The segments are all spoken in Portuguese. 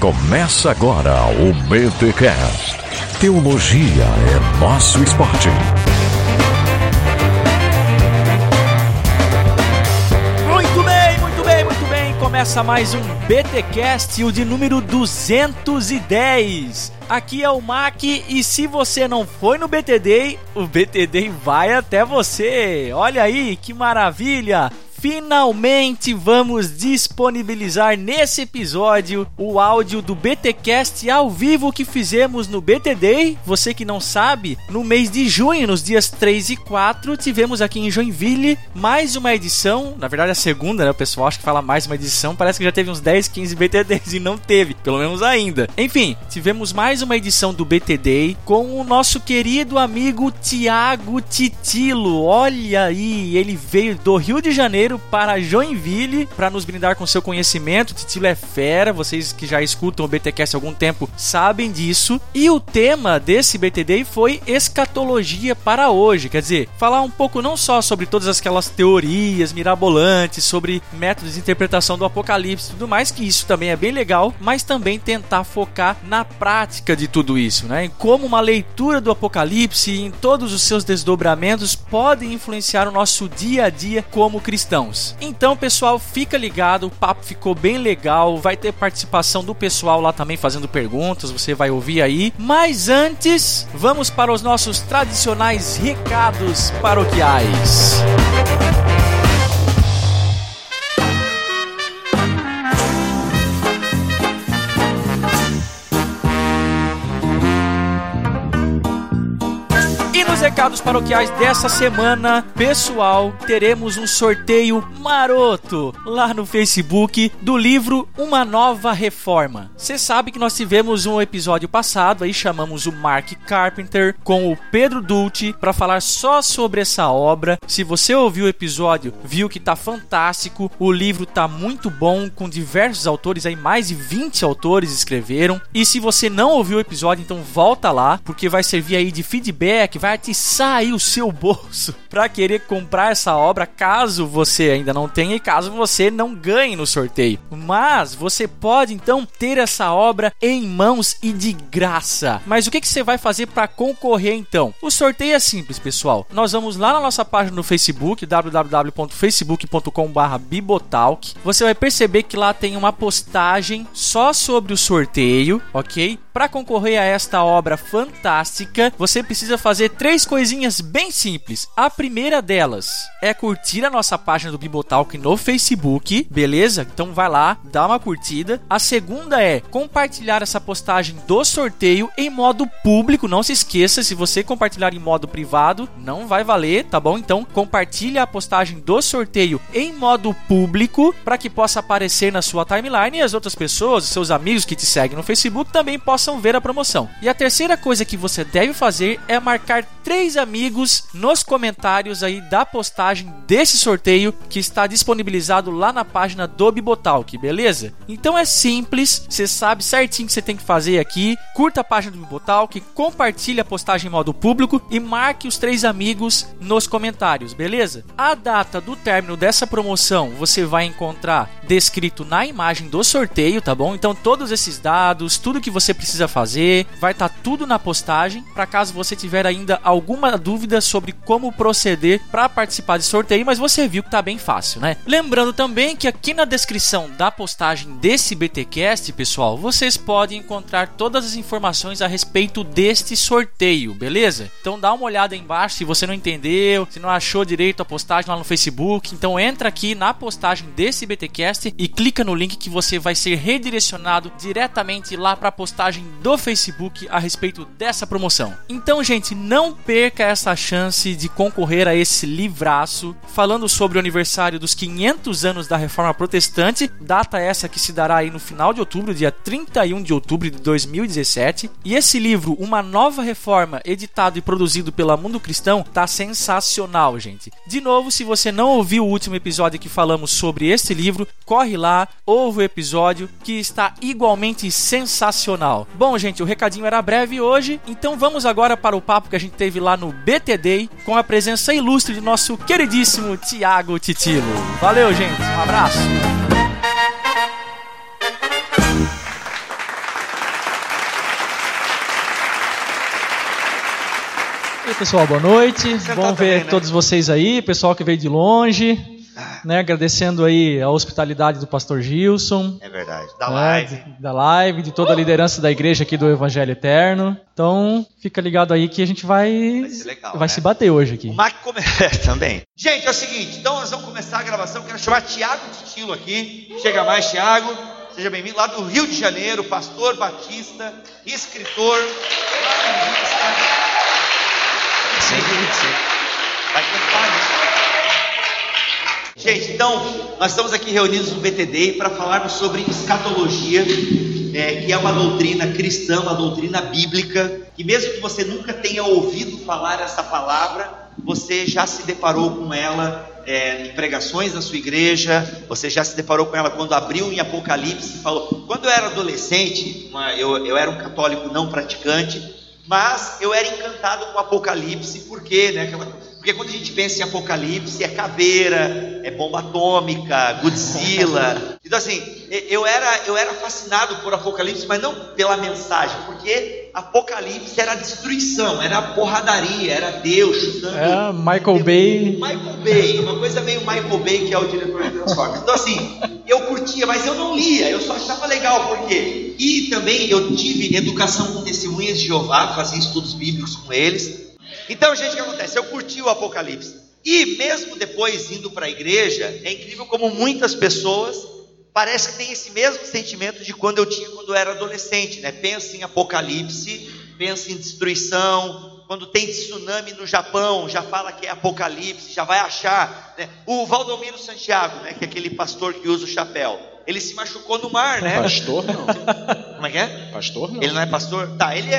Começa agora o BTcast. Teologia é nosso esporte. Muito bem. Começa mais um BTcast, o de número 210. Aqui é o Mac e se você não foi no BT Day, o BT Day vai até você. Olha aí, que maravilha! Finalmente vamos disponibilizar nesse episódio o áudio do BTcast ao vivo que fizemos no BT Day. Você que não sabe, no mês de junho, nos dias 3 e 4, tivemos aqui em Joinville mais uma edição. Na verdade a segunda, né? O pessoal acha que fala mais uma edição. Parece que já teve uns 10, 15 BT Days e não teve, pelo menos ainda. Enfim, tivemos mais uma edição do BT Day com o nosso querido amigo Thiago Titilo. Olha aí, ele veio do Rio de Janeiro para Joinville para nos brindar com seu conhecimento. O Titilo é fera, vocês que já escutam o BTcast há algum tempo sabem disso. E o tema desse BT Day foi escatologia para hoje, quer dizer, falar um pouco não só sobre todas aquelas teorias mirabolantes, sobre métodos de interpretação do Apocalipse e tudo mais, que isso também é bem legal, mas também tentar focar na prática de tudo isso, né? Em como uma leitura do Apocalipse e em todos os seus desdobramentos podem influenciar o nosso dia a dia como cristãos. Então, pessoal, fica ligado, o papo ficou bem legal, vai ter participação do pessoal lá também fazendo perguntas, você vai ouvir aí. Mas antes, vamos para os nossos tradicionais recados paroquiais. Nos recados paroquiais dessa semana, pessoal, teremos um sorteio maroto lá no Facebook do livro Uma Nova Reforma. Você sabe que nós tivemos um episódio passado, aí chamamos o Mark Carpenter com o Pedro Dulce para falar só sobre essa obra. Se você ouviu o episódio, viu que tá fantástico, o livro tá muito bom, com diversos autores, aí mais de 20 autores escreveram. E se você não ouviu o episódio, então volta lá, porque vai servir aí de feedback, vai atiçar aí o seu bolso para querer comprar essa obra, caso você ainda não tenha e caso você não ganhe no sorteio. Mas você pode então ter essa obra em mãos e de graça. Mas o que você vai fazer para concorrer então? O sorteio é simples, pessoal. Nós vamos lá na nossa página no Facebook, www.facebook.com/bibotalk. Você vai perceber que lá tem uma postagem só sobre o sorteio, ok? Para concorrer a esta obra fantástica, você precisa fazer 3 coisinhas bem simples. A primeira delas é curtir a nossa página do Bibotalk no Facebook, beleza? Então vai lá, dá uma curtida. A segunda é compartilhar essa postagem do sorteio em modo público. Não se esqueça, se você compartilhar em modo privado, não vai valer, tá bom? Então compartilha a postagem do sorteio em modo público para que possa aparecer na sua timeline e as outras pessoas, os seus amigos que te seguem no Facebook também possam ver a promoção. E a terceira coisa que você deve fazer é marcar 3 amigos nos comentários aí da postagem desse sorteio que está disponibilizado lá na página do Bibotalk, beleza? Então é simples, você sabe certinho o que você tem que fazer aqui. Curta a página do Bibotalk, compartilhe a postagem em modo público e marque os 3 amigos nos comentários, beleza? A data do término dessa promoção você vai encontrar descrito na imagem do sorteio, tá bom? Então todos esses dados, tudo que você precisa fazer, vai estar tudo na postagem, para caso você tiver ainda alguma dúvida sobre como proceder para participar desse sorteio, mas você viu que tá bem fácil, né? Lembrando também que aqui na descrição da postagem desse BTcast, pessoal, vocês podem encontrar todas as informações a respeito deste sorteio, beleza? Então dá uma olhada aí embaixo se você não entendeu, se não achou direito a postagem lá no Facebook, então entra aqui na postagem desse BTcast e clica no link que você vai ser redirecionado diretamente lá para a postagem do Facebook a respeito dessa promoção. Então, gente, não perca essa chance de concorrer a esse livraço falando sobre o aniversário dos 500 anos da Reforma Protestante, data essa que se dará aí no final de outubro, dia 31 de outubro de 2017. E esse livro, Uma Nova Reforma, editado e produzido pela Mundo Cristão, tá sensacional, gente. De novo, se você não ouviu o último episódio que falamos sobre este livro, corre lá, ouve o episódio que está igualmente sensacional. Bom, gente, o recadinho era breve hoje, então vamos agora para o papo que a gente teve lá no BT Day com a presença ilustre de nosso queridíssimo Thiago Titilo. Valeu, gente, um abraço. Obrigado, pessoal. Boa noite. Bom ver todos vocês aí, pessoal que veio de longe. Né, agradecendo aí a hospitalidade do pastor Gilson. É verdade, da live, de toda a liderança da igreja aqui do Evangelho Eterno. Então, fica ligado aí que a gente vai se bater hoje aqui. O Mac também. Gente, é o seguinte, então nós vamos começar a gravação. Quero chamar Tiago Titilo aqui. Chega mais, Tiago. Seja bem-vindo, lá do Rio de Janeiro, pastor batista, escritor, vai cantar. Gente, então, nós estamos aqui reunidos no BTD para falarmos sobre escatologia, que é uma doutrina cristã, uma doutrina bíblica, que mesmo que você nunca tenha ouvido falar essa palavra, você já se deparou com ela em pregações na sua igreja, você já se deparou com ela quando abriu em Apocalipse e falou. Quando eu era adolescente, eu era um católico não praticante, mas eu era encantado com Apocalipse, porque quando a gente pensa em Apocalipse, é caveira, é bomba atômica, Godzilla. Então assim, eu era fascinado por Apocalipse, mas não pela mensagem, porque Apocalipse era destruição, era porradaria, era Deus chutando. Michael Bay, uma coisa meio Michael Bay, que é o diretor de Transformers. Então assim, eu curtia, mas eu não lia, eu só achava legal, por quê? E também eu tive educação com testemunhas de Jeová, fazia estudos bíblicos com eles. Então, gente, o que acontece? Eu curti o Apocalipse. E mesmo depois indo para a igreja, é incrível como muitas pessoas parece que tem esse mesmo sentimento de quando eu era adolescente, né? Pensa em Apocalipse, pensa em destruição. Quando tem tsunami no Japão, já fala que é Apocalipse, já vai achar, né? O Valdomiro Santiago, né? Que é aquele pastor que usa o chapéu, ele se machucou no mar, né? Pastor não. Como é que é? Pastor não. Ele não é pastor? Tá, ele é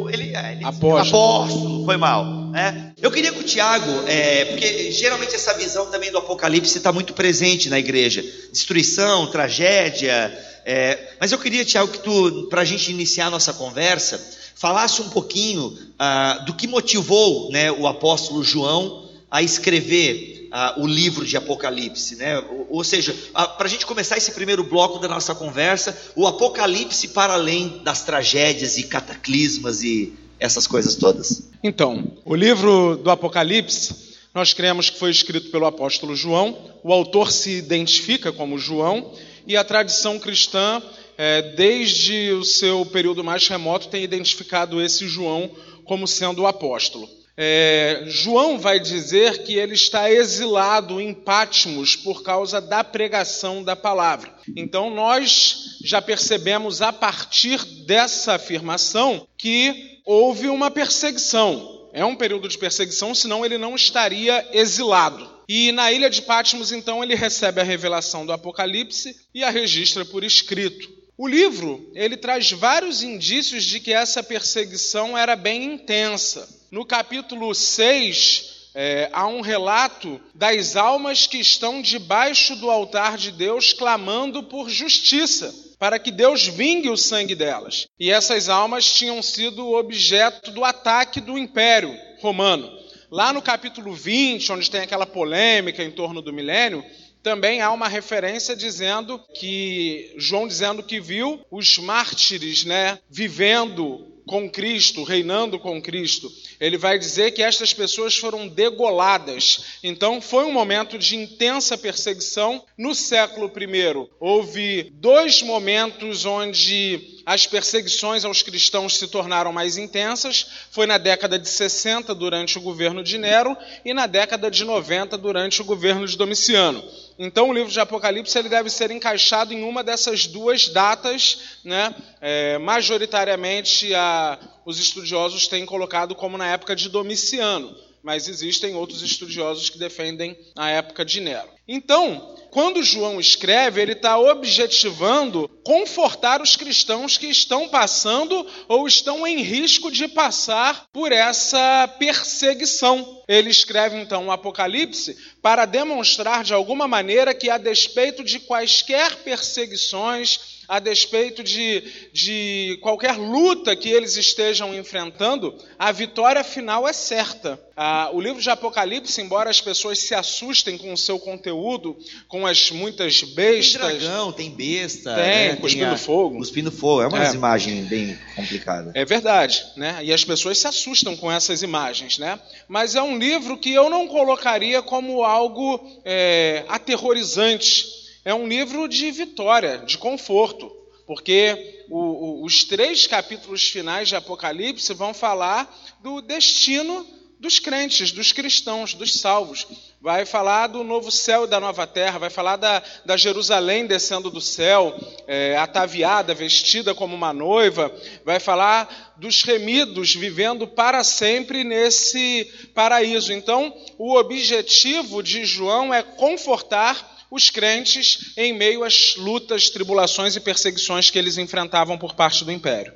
apóstolo. Foi mal, né? Eu queria que o Tiago, porque geralmente essa visão também do Apocalipse está muito presente na igreja. Destruição, tragédia. Mas eu queria, Tiago, que tu, para a gente iniciar a nossa conversa, falasse um pouquinho do que motivou, né, o apóstolo João a escrever o livro de Apocalipse, né? Ou seja, para a gente começar esse primeiro bloco da nossa conversa, o Apocalipse para além das tragédias e cataclismas e essas coisas todas. Então, o livro do Apocalipse, nós cremos que foi escrito pelo apóstolo João. O autor se identifica como João e a tradição cristã, desde o seu período mais remoto, tem identificado esse João como sendo o apóstolo. João vai dizer que ele está exilado em Patmos por causa da pregação da palavra. Então nós já percebemos a partir dessa afirmação que houve uma perseguição. É um período de perseguição, senão ele não estaria exilado. E na ilha de Patmos, então, ele recebe a revelação do Apocalipse e a registra por escrito. O livro, ele traz vários indícios de que essa perseguição era bem intensa. No capítulo 6, há um relato das almas que estão debaixo do altar de Deus clamando por justiça, para que Deus vingue o sangue delas. E essas almas tinham sido objeto do ataque do Império Romano. Lá no capítulo 20, onde tem aquela polêmica em torno do milênio, também há uma referência João dizendo que viu os mártires, né, vivendo com Cristo, reinando com Cristo. Ele vai dizer que estas pessoas foram degoladas. Então foi um momento de intensa perseguição. No século I houve 2 momentos onde as perseguições aos cristãos se tornaram mais intensas. Foi na década de 60, durante o governo de Nero, e na década de 90, durante o governo de Domiciano. Então o livro de Apocalipse ele deve ser encaixado em uma dessas 2 datas, né? Majoritariamente os estudiosos têm colocado como na época de Domiciano, mas existem outros estudiosos que defendem a época de Nero. Então, quando João escreve, ele está objetivando confortar os cristãos que estão passando ou estão em risco de passar por essa perseguição. Ele escreve, então, o Apocalipse para demonstrar, de alguma maneira, que a despeito de quaisquer perseguições, a despeito de qualquer luta que eles estejam enfrentando, a vitória final é certa. O livro de Apocalipse, embora as pessoas se assustem com o seu conteúdo, com as muitas bestas... Tem dragão, tem besta... Tem, cuspindo fogo. Cuspindo fogo, é uma imagem bem complicada. É verdade, né? E as pessoas se assustam com essas imagens, né? Mas é um livro que eu não colocaria como algo aterrorizante. É um livro de vitória, de conforto, porque os 3 capítulos finais de Apocalipse vão falar do destino dos crentes, dos cristãos, dos salvos. Vai falar do novo céu e da nova terra, vai falar da Jerusalém descendo do céu, ataviada, vestida como uma noiva, vai falar dos remidos vivendo para sempre nesse paraíso. Então, o objetivo de João é confortar os crentes em meio às lutas, tribulações e perseguições que eles enfrentavam por parte do império.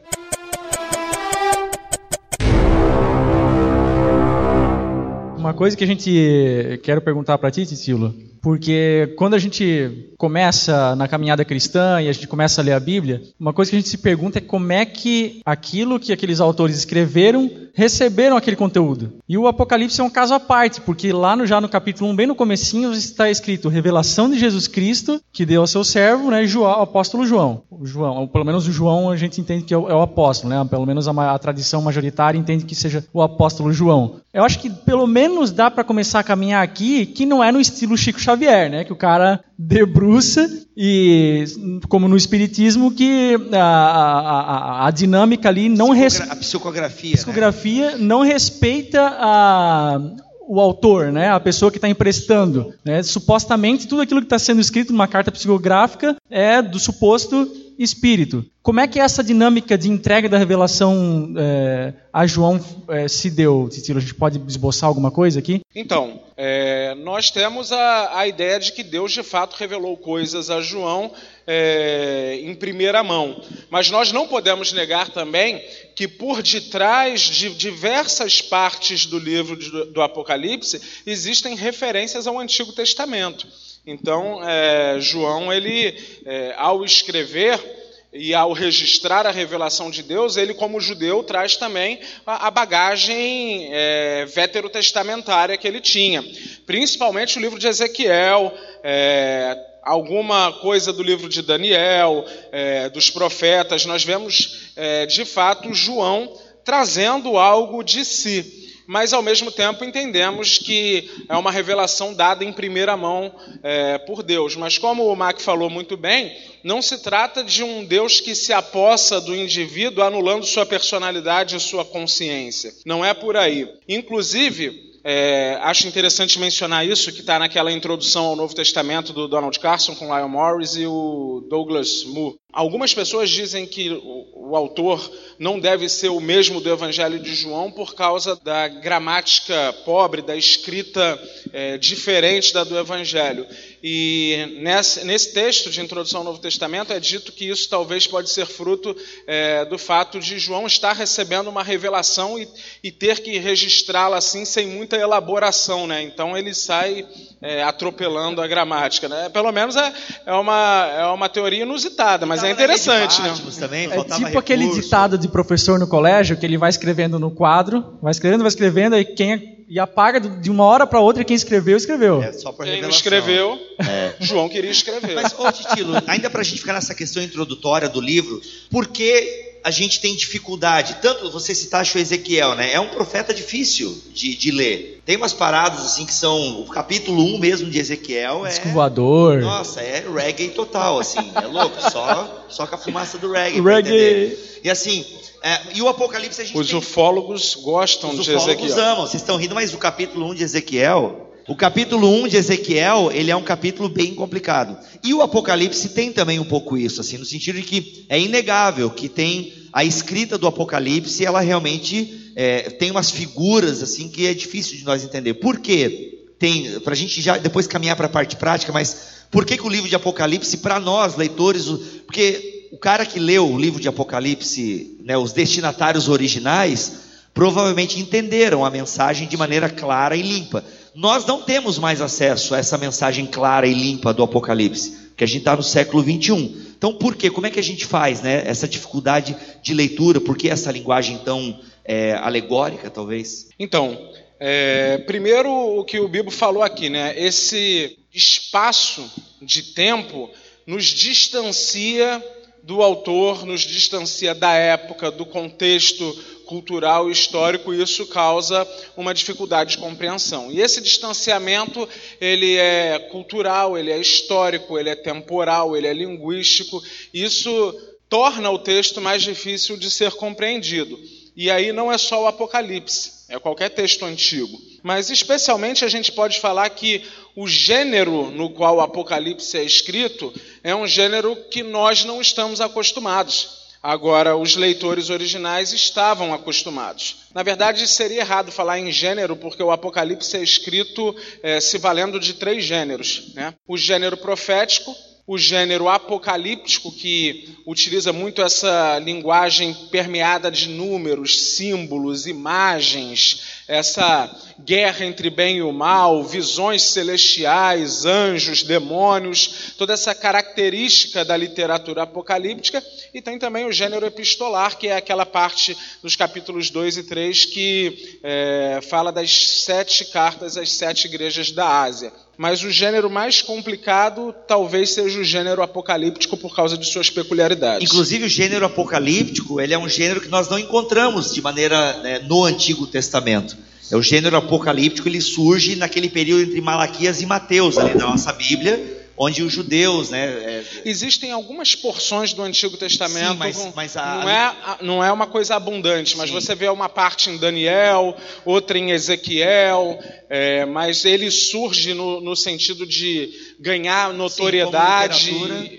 Uma coisa que a gente quero perguntar para ti, Titilo, porque quando a gente começa na caminhada cristã e a gente começa a ler a Bíblia, uma coisa que a gente se pergunta é como é que aquilo que aqueles autores escreveram receberam aquele conteúdo. E o Apocalipse é um caso à parte, porque lá já no capítulo 1, bem no comecinho, está escrito revelação de Jesus Cristo, que deu ao seu servo, né, o apóstolo João. Pelo menos o João a gente entende que é o apóstolo, né? Pelo menos a tradição majoritária entende que seja o apóstolo João. Eu acho que pelo menos dá para começar a caminhar aqui, que não é no estilo Chico Xavier, né? Que o cara debruça e, como no espiritismo, que a dinâmica ali não a psicografia não respeita o autor, né? A pessoa que está emprestando, né? Supostamente tudo aquilo que está sendo escrito numa carta psicográfica é do suposto espírito. Como é que essa dinâmica de entrega da revelação a João se deu, Titilo? A gente pode esboçar alguma coisa aqui? Então, nós temos a ideia de que Deus de fato revelou coisas a João em primeira mão. Mas nós não podemos negar também que por detrás de diversas partes do livro do Apocalipse existem referências ao Antigo Testamento. Então, João, ele, ao escrever e ao registrar a revelação de Deus, ele, como judeu, traz também a bagagem veterotestamentária que ele tinha. Principalmente o livro de Ezequiel, alguma coisa do livro de Daniel, dos profetas. Nós vemos, de fato, João trazendo algo de si. Mas, ao mesmo tempo, entendemos que é uma revelação dada em primeira mão por Deus. Mas, como o Mac falou muito bem, não se trata de um Deus que se apossa do indivíduo anulando sua personalidade e sua consciência. Não é por aí. Inclusive, acho interessante mencionar isso, que está naquela introdução ao Novo Testamento do Donald Carson com Lyle Morris e o Douglas Moo. Algumas pessoas dizem que o autor não deve ser o mesmo do Evangelho de João por causa da gramática pobre, da escrita diferente da do Evangelho. E nesse texto de introdução ao Novo Testamento é dito que isso talvez pode ser fruto do fato de João estar recebendo uma revelação e ter que registrá-la assim sem muita elaboração, né? Então ele sai atropelando a gramática, né? Pelo menos é uma teoria inusitada, mas é interessante, né? Também, tipo aquele ditado de professor no colégio, que ele vai escrevendo no quadro, vai escrevendo, e apaga de uma hora para outra, e quem escreveu, escreveu. Só por quem revelação. não escreveu, João queria escrever. Mas, Titilo, ainda para a gente ficar nessa questão introdutória do livro, por que a gente tem dificuldade? Tanto você citaste o Ezequiel, né? É um profeta difícil de ler. Tem umas paradas assim que são... O capítulo 1 mesmo de Ezequiel Disco voador. Nossa, é reggae total, assim. É louco, só com a fumaça do reggae. Reggae. E assim... e o Apocalipse a gente Os ufólogos gostam de Ezequiel. Os ufólogos amam. Vocês estão rindo, mas o capítulo 1 de Ezequiel... O capítulo 1 de Ezequiel, ele é um capítulo bem complicado. E o Apocalipse tem também um pouco isso, assim, no sentido de que é inegável que tem a escrita do Apocalipse, ela realmente tem umas figuras assim que é difícil de nós entender. Por quê? Para a gente já depois caminhar para a parte prática, mas por que o livro de Apocalipse, para nós, leitores, porque o cara que leu o livro de Apocalipse, né, os destinatários originais, provavelmente entenderam a mensagem de maneira clara e limpa. Nós não temos mais acesso a essa mensagem clara e limpa do Apocalipse, porque a gente está no século 21. Então, por quê? Como é que a gente faz, né? Essa dificuldade de leitura? Por que essa linguagem tão alegórica, talvez? Então, primeiro o que o Bibo falou aqui, né? Esse espaço de tempo nos distancia do autor, nos distancia da época, do contexto cultural e histórico, e isso causa uma dificuldade de compreensão. E esse distanciamento, ele é cultural, ele é histórico, ele é temporal, ele é linguístico, e isso torna o texto mais difícil de ser compreendido. E aí não é só o Apocalipse, é qualquer texto antigo. Mas especialmente a gente pode falar que o gênero no qual o Apocalipse é escrito é um gênero que nós não estamos acostumados. Agora, os leitores originais estavam acostumados. Na verdade, seria errado falar em gênero, porque o Apocalipse é escrito se valendo de 3 gêneros, né? O gênero profético, o gênero apocalíptico, que utiliza muito essa linguagem permeada de números, símbolos, imagens, essa guerra entre bem e o mal, visões celestiais, anjos, demônios, toda essa característica da literatura apocalíptica. E tem também o gênero epistolar, que é aquela parte dos capítulos 2 e 3 que fala das 7 cartas às 7 igrejas da Ásia. Mas o gênero mais complicado talvez seja o gênero apocalíptico por causa de suas peculiaridades. Inclusive o gênero apocalíptico, ele é um gênero que nós não encontramos de maneira no Antigo Testamento. O gênero apocalíptico, ele surge naquele período entre Malaquias e Mateus, ali na nossa Bíblia, onde os judeus, Existem algumas porções do Antigo Testamento, sim, mas não é uma coisa abundante, mas sim, você vê uma parte em Daniel, outra em Ezequiel, mas ele surge no sentido de ganhar notoriedade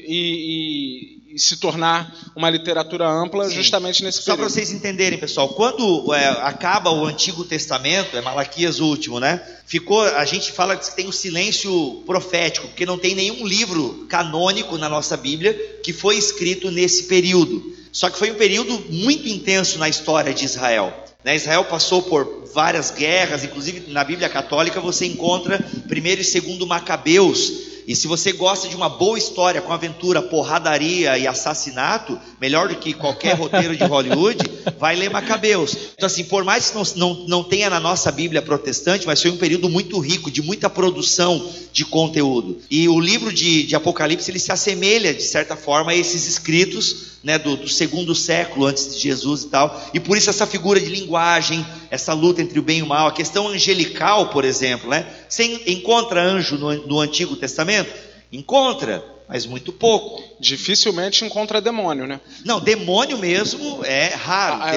e se tornar uma literatura ampla, sim, justamente nesse período. Só para vocês entenderem, pessoal, quando acaba o Antigo Testamento, Malaquias o último, né? A gente fala que tem o silêncio profético, porque não tem nenhum livro canônico na nossa Bíblia que foi escrito nesse período. Só que foi um período muito intenso na história de Israel. Israel passou por várias guerras, inclusive na Bíblia Católica você encontra 1º e 2º Macabeus. E se você gosta de uma boa história com aventura, porradaria e assassinato, melhor do que qualquer roteiro de Hollywood, vai ler Macabeus. Então assim, por mais que não tenha na nossa Bíblia protestante, mas foi um período muito rico, de muita produção de conteúdo. E o livro de Apocalipse, ele se assemelha, de certa forma, a esses escritos do 2º século antes de Jesus e tal. E por isso essa figura de linguagem, essa luta entre o bem e o mal, a questão angelical, por exemplo, Você encontra anjo no Antigo Testamento? Encontra, mas muito pouco. Dificilmente encontra demônio, né? Não, demônio mesmo é raro.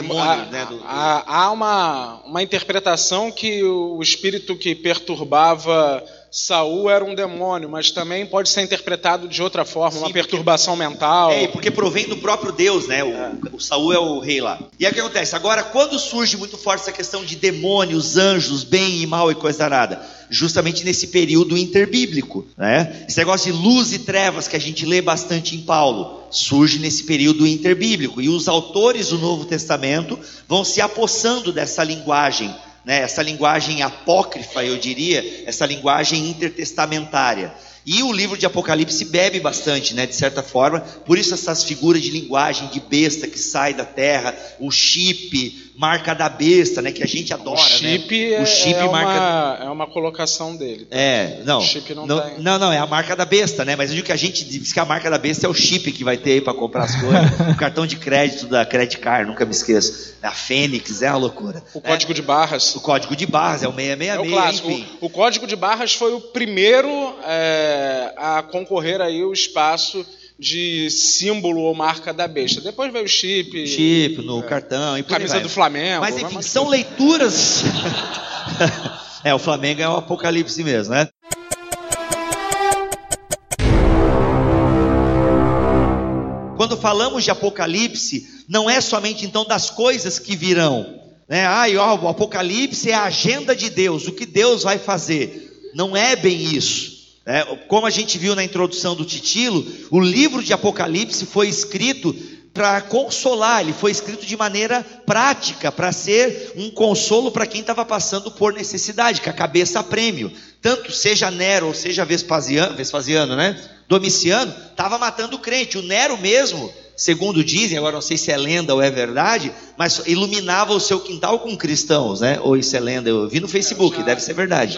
Há uma interpretação que o espírito que perturbava Saul era um demônio, mas também pode ser interpretado de outra forma, sim, uma perturbação mental. Porque provém do próprio Deus, né? O Saul é o rei lá. E aí o que acontece? Agora, quando surge muito forte essa questão de demônios, anjos, bem e mal e coisa arada? Justamente nesse período interbíblico, né? Esse negócio de luz e trevas que a gente lê bastante em Paulo, surge nesse período interbíblico. E os autores do Novo Testamento vão se apossando dessa linguagem, essa linguagem apócrifa, eu diria, essa linguagem intertestamentária. E o livro de Apocalipse bebe bastante, de certa forma, por isso essas figuras de linguagem de besta que sai da terra, o chip, marca da besta, que a gente adora. O chip, é uma colocação dele. Não. O chip não, é a marca da besta, mas eu digo que a gente diz que a marca da besta é o chip que vai ter aí para comprar as coisas. O cartão de crédito da Credit Card, nunca me esqueço. A Fênix, é uma loucura. O código de barras. O código de barras, é o 666, é o clássico. Enfim. O código de barras foi o primeiro a concorrer aí o espaço de símbolo ou marca da besta. Depois veio o chip no cartão e camisa do Flamengo. Mas enfim, são leituras. O Flamengo é o Apocalipse mesmo, né? Quando falamos de Apocalipse, não é somente então das coisas que virão, o Apocalipse é a agenda de Deus, o que Deus vai fazer. Não é bem isso. Como a gente viu na introdução do Titilo, o livro de Apocalipse foi escrito para consolar, ele foi escrito de maneira prática, para ser um consolo para quem estava passando por necessidade, com a cabeça a prêmio. Tanto seja Nero ou seja Vespasiano, né? Domiciano, estava matando o crente. O Nero mesmo, segundo dizem, agora não sei se é lenda ou é verdade, mas iluminava o seu quintal com cristãos, né? Ou isso é lenda, eu vi no Facebook, deve ser verdade.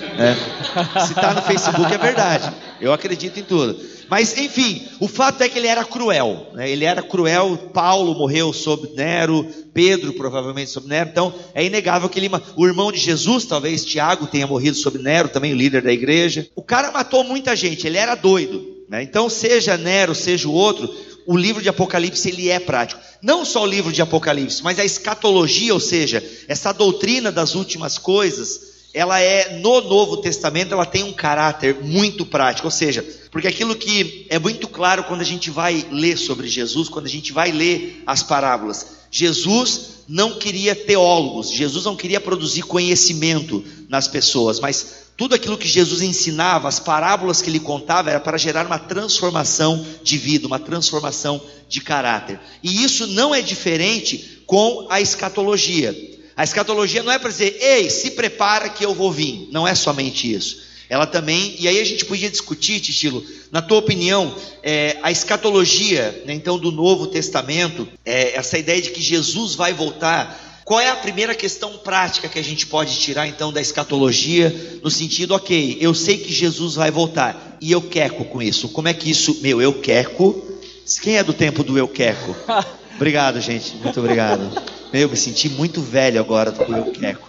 Se está no Facebook é verdade, eu acredito em tudo. Mas enfim, o fato é que ele era cruel, né? Ele era cruel. Paulo morreu sob Nero, Pedro provavelmente sob Nero, então é inegável que o irmão de Jesus, talvez Tiago, tenha morrido sob Nero, também o líder da igreja. O cara matou muita gente, ele era doido, né? Então seja Nero, seja o outro, o livro de Apocalipse ele é prático. Não só o livro de Apocalipse, mas a escatologia, ou seja, essa doutrina das últimas coisas, ela é, no Novo Testamento, ela tem um caráter muito prático, ou seja, porque aquilo que é muito claro quando a gente vai ler sobre Jesus, quando a gente vai ler as parábolas, Jesus não queria teólogos, Jesus não queria produzir conhecimento nas pessoas, mas tudo aquilo que Jesus ensinava, as parábolas que ele contava, era para gerar uma transformação de vida, uma transformação de caráter. E isso não é diferente com a escatologia. A escatologia não é para dizer, ei, se prepara que eu vou vir. Não é somente isso. Ela também, e aí a gente podia discutir, Titilo, na tua opinião, a escatologia, né, então do Novo Testamento, essa ideia de que Jesus vai voltar. Qual é a primeira questão prática que a gente pode tirar então da escatologia, no sentido, ok, eu sei que Jesus vai voltar, e eu queco com isso. Como é que isso, eu queco? Quem é do tempo do eu queco? Obrigado, gente, muito obrigado. Eu me senti muito velho agora do eu queco.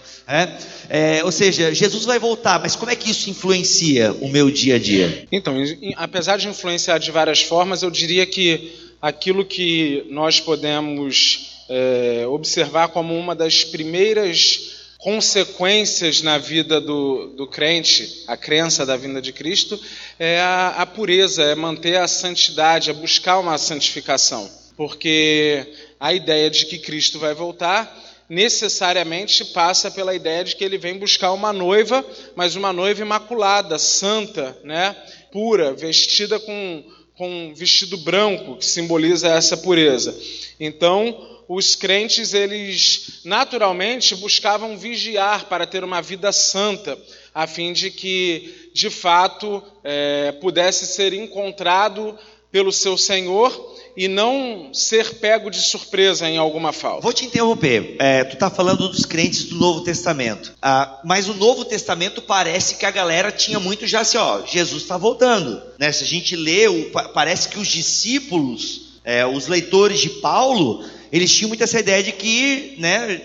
Ou seja, Jesus vai voltar, mas como é que isso influencia o meu dia a dia? Então, apesar de influenciar de várias formas, eu diria que aquilo que nós podemos observar como uma das primeiras consequências na vida do crente, a crença da vinda de Cristo, é a pureza, é manter a santidade, é buscar uma santificação. Porque a ideia de que Cristo vai voltar necessariamente passa pela ideia de que ele vem buscar uma noiva, mas uma noiva imaculada, santa, né? Pura, vestida com um vestido branco, que simboliza essa pureza. Então, os crentes, eles naturalmente buscavam vigiar para ter uma vida santa, a fim de que, de fato, pudesse ser encontrado pelo seu Senhor e não ser pego de surpresa em alguma falta. Vou te interromper, tu está falando dos crentes do Novo Testamento, mas o Novo Testamento parece que a galera tinha muito já assim, Jesus está voltando, né? Se a gente lê, parece que os discípulos, os leitores de Paulo, eles tinham muito essa ideia de que,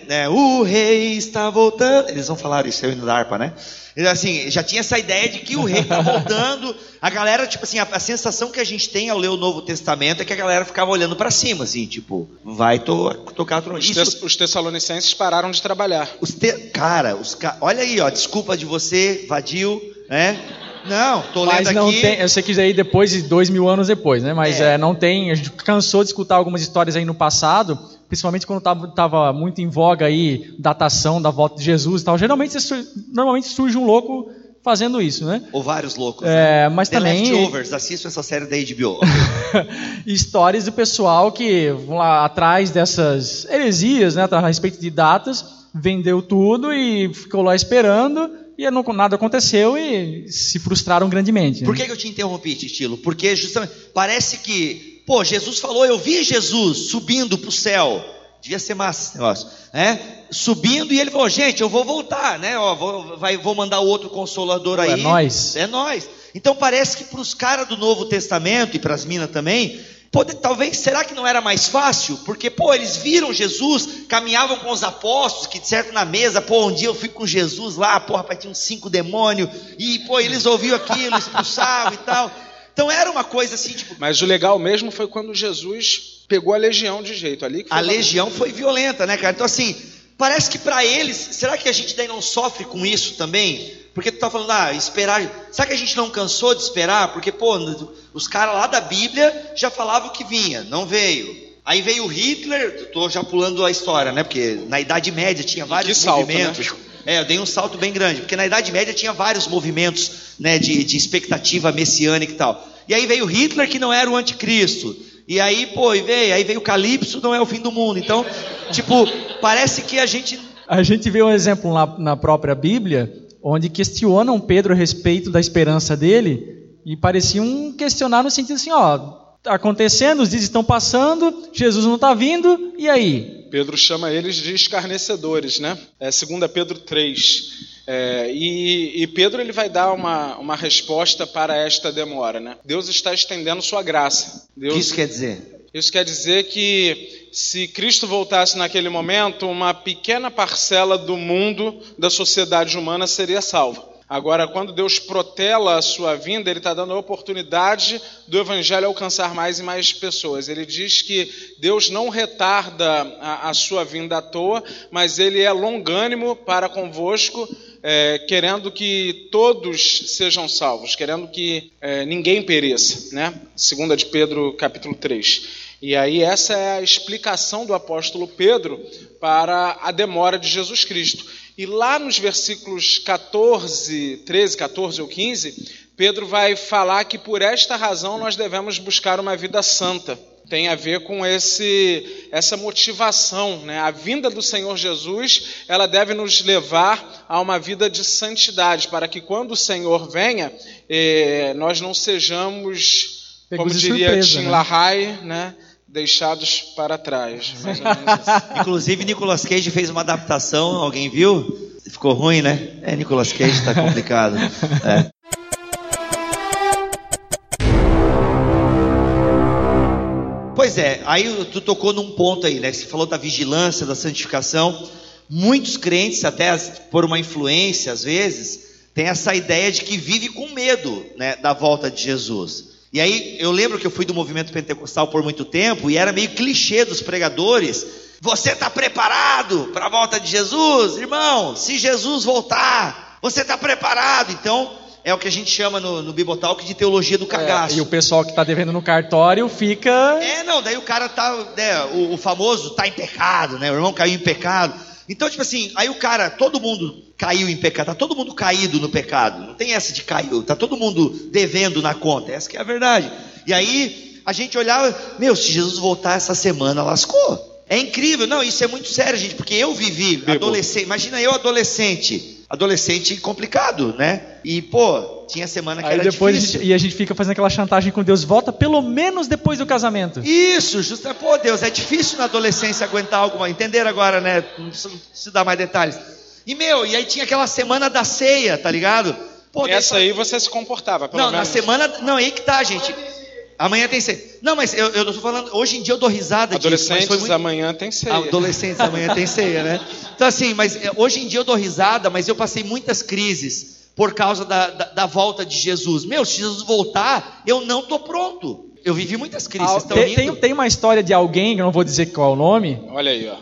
o rei está voltando. Eles não falaram isso, eu indo da harpa, né? Assim, já tinha essa ideia de que o rei está voltando. A galera, tipo assim, a sensação que a gente tem ao ler o Novo Testamento é que a galera ficava olhando para cima, assim, tipo, vai tocar o trono. Os tessalonicenses pararam de trabalhar. Olha aí, desculpa de você, Vadil, né? Não, tô lendo aqui. Não tem, eu sei que aí depois de 2000 anos depois, né? Mas não tem. A gente cansou de escutar algumas histórias aí no passado, principalmente quando estava muito em voga aí datação da volta de Jesus e tal. Normalmente surge um louco fazendo isso, né? Ou vários loucos. Né? Mas The também Leftovers, assistam essa série da HBO. Histórias do pessoal que vão lá atrás dessas heresias, né? A respeito de datas, vendeu tudo e ficou lá esperando. E nada aconteceu e se frustraram grandemente. Né? Por que eu te interrompi, Titilo? Porque justamente parece que, Jesus falou, eu vi Jesus subindo para o céu. Devia ser massa esse negócio, né? Subindo, e ele falou, gente, eu vou voltar, né? Vou mandar outro consolador aí. É nós. Então parece que para os caras do Novo Testamento e para as minas também, talvez, será que não era mais fácil? Porque, eles viram Jesus, caminhavam com os apóstolos, que certo na mesa, um dia eu fui com Jesus lá, rapaz, tinha uns 5 demônios, e, eles ouviam aquilo, expulsavam e tal. Então era uma coisa assim, tipo... Mas o legal mesmo foi quando Jesus pegou a legião de jeito ali. A legião foi violenta, né, cara? Então assim, parece que para eles, será que a gente daí não sofre com isso também? Porque tu tá falando, esperar. Será que a gente não cansou de esperar? Porque, os caras lá da Bíblia já falavam que vinha, não veio. Aí veio o Hitler, tô já pulando a história, né? Porque na Idade Média tinha vários movimentos. Né? Eu dei um salto bem grande, porque na Idade Média tinha vários movimentos, né, de expectativa messiânica e tal. E aí veio Hitler, que não era o anticristo. E aí, pô, aí veio o Calypso, não é o fim do mundo. Então, tipo, parece que a gente vê um exemplo na própria Bíblia, onde questionam Pedro a respeito da esperança dele, e pareciam questionar no sentido assim, tá acontecendo, os dias estão passando, Jesus não está vindo, e aí? Pedro chama eles de escarnecedores, né? 2 Pedro 3. E Pedro ele vai dar uma resposta para esta demora, né? Deus está estendendo sua graça. O que isso quer dizer? Isso quer dizer que se Cristo voltasse naquele momento, uma pequena parcela do mundo, da sociedade humana seria salva. Agora, quando Deus protela a sua vinda, Ele está dando a oportunidade do Evangelho alcançar mais e mais pessoas. Ele diz que Deus não retarda a sua vinda à toa, mas Ele é longânimo para convosco, querendo que todos sejam salvos, querendo que ninguém pereça, né? 2 de Pedro, capítulo 3. E aí essa é a explicação do apóstolo Pedro para a demora de Jesus Cristo. E lá nos versículos 13, 14 ou 15, Pedro vai falar que por esta razão nós devemos buscar uma vida santa. Tem a ver com essa motivação, né? A vinda do Senhor Jesus, ela deve nos levar a uma vida de santidade, para que quando o Senhor venha, nós não sejamos, como diria Tim LaHaye, né? Deixados para trás, mais ou menos assim. Inclusive, Nicolas Cage fez uma adaptação, alguém viu? Ficou ruim, né? Nicolas Cage está complicado. Pois é, aí tu tocou num ponto aí, né? Você falou da vigilância, da santificação. Muitos crentes, até por uma influência, às vezes, tem essa ideia de que vive com medo, né, da volta de Jesus. E aí, eu lembro que eu fui do movimento pentecostal por muito tempo, e era meio clichê dos pregadores: você está preparado para a volta de Jesus? Irmão, se Jesus voltar, você está preparado? Então, é o que a gente chama no Bibotalk de teologia do cagaço. E o pessoal que está devendo no cartório fica... daí o cara tá, né, o famoso tá em pecado, né? O irmão caiu em pecado. Então, tipo assim, aí o cara, todo mundo caiu em pecado, tá todo mundo caído no pecado, não tem essa de caiu, tá todo mundo devendo na conta, essa que é a verdade. E aí, a gente olhava, se Jesus voltar essa semana, lascou. É incrível, não, isso é muito sério, gente, porque eu vivi adolescente, imagina eu adolescente complicado, né? E, tinha semana que aí era depois difícil. A gente fica fazendo aquela chantagem com Deus, volta pelo menos depois do casamento. Isso, Deus, é difícil na adolescência aguentar alguma, entenderam agora, né? Não preciso dar mais detalhes. E aí tinha aquela semana da ceia, tá ligado? Essa aí você se comportava, pelo menos. Na semana, aí que tá, gente. Amanhã tem ceia. Não, mas eu tô falando, hoje em dia eu dou risada disso. Adolescentes, amanhã tem ceia. Adolescentes, amanhã tem ceia, né? Então assim, mas hoje em dia eu dou risada, mas eu passei muitas crises por causa da volta de Jesus. Se Jesus voltar, eu não tô pronto. Eu vivi muitas crises, vocês estão rindo? Tem uma história de alguém, que eu não vou dizer qual é o nome. Olha aí, ó.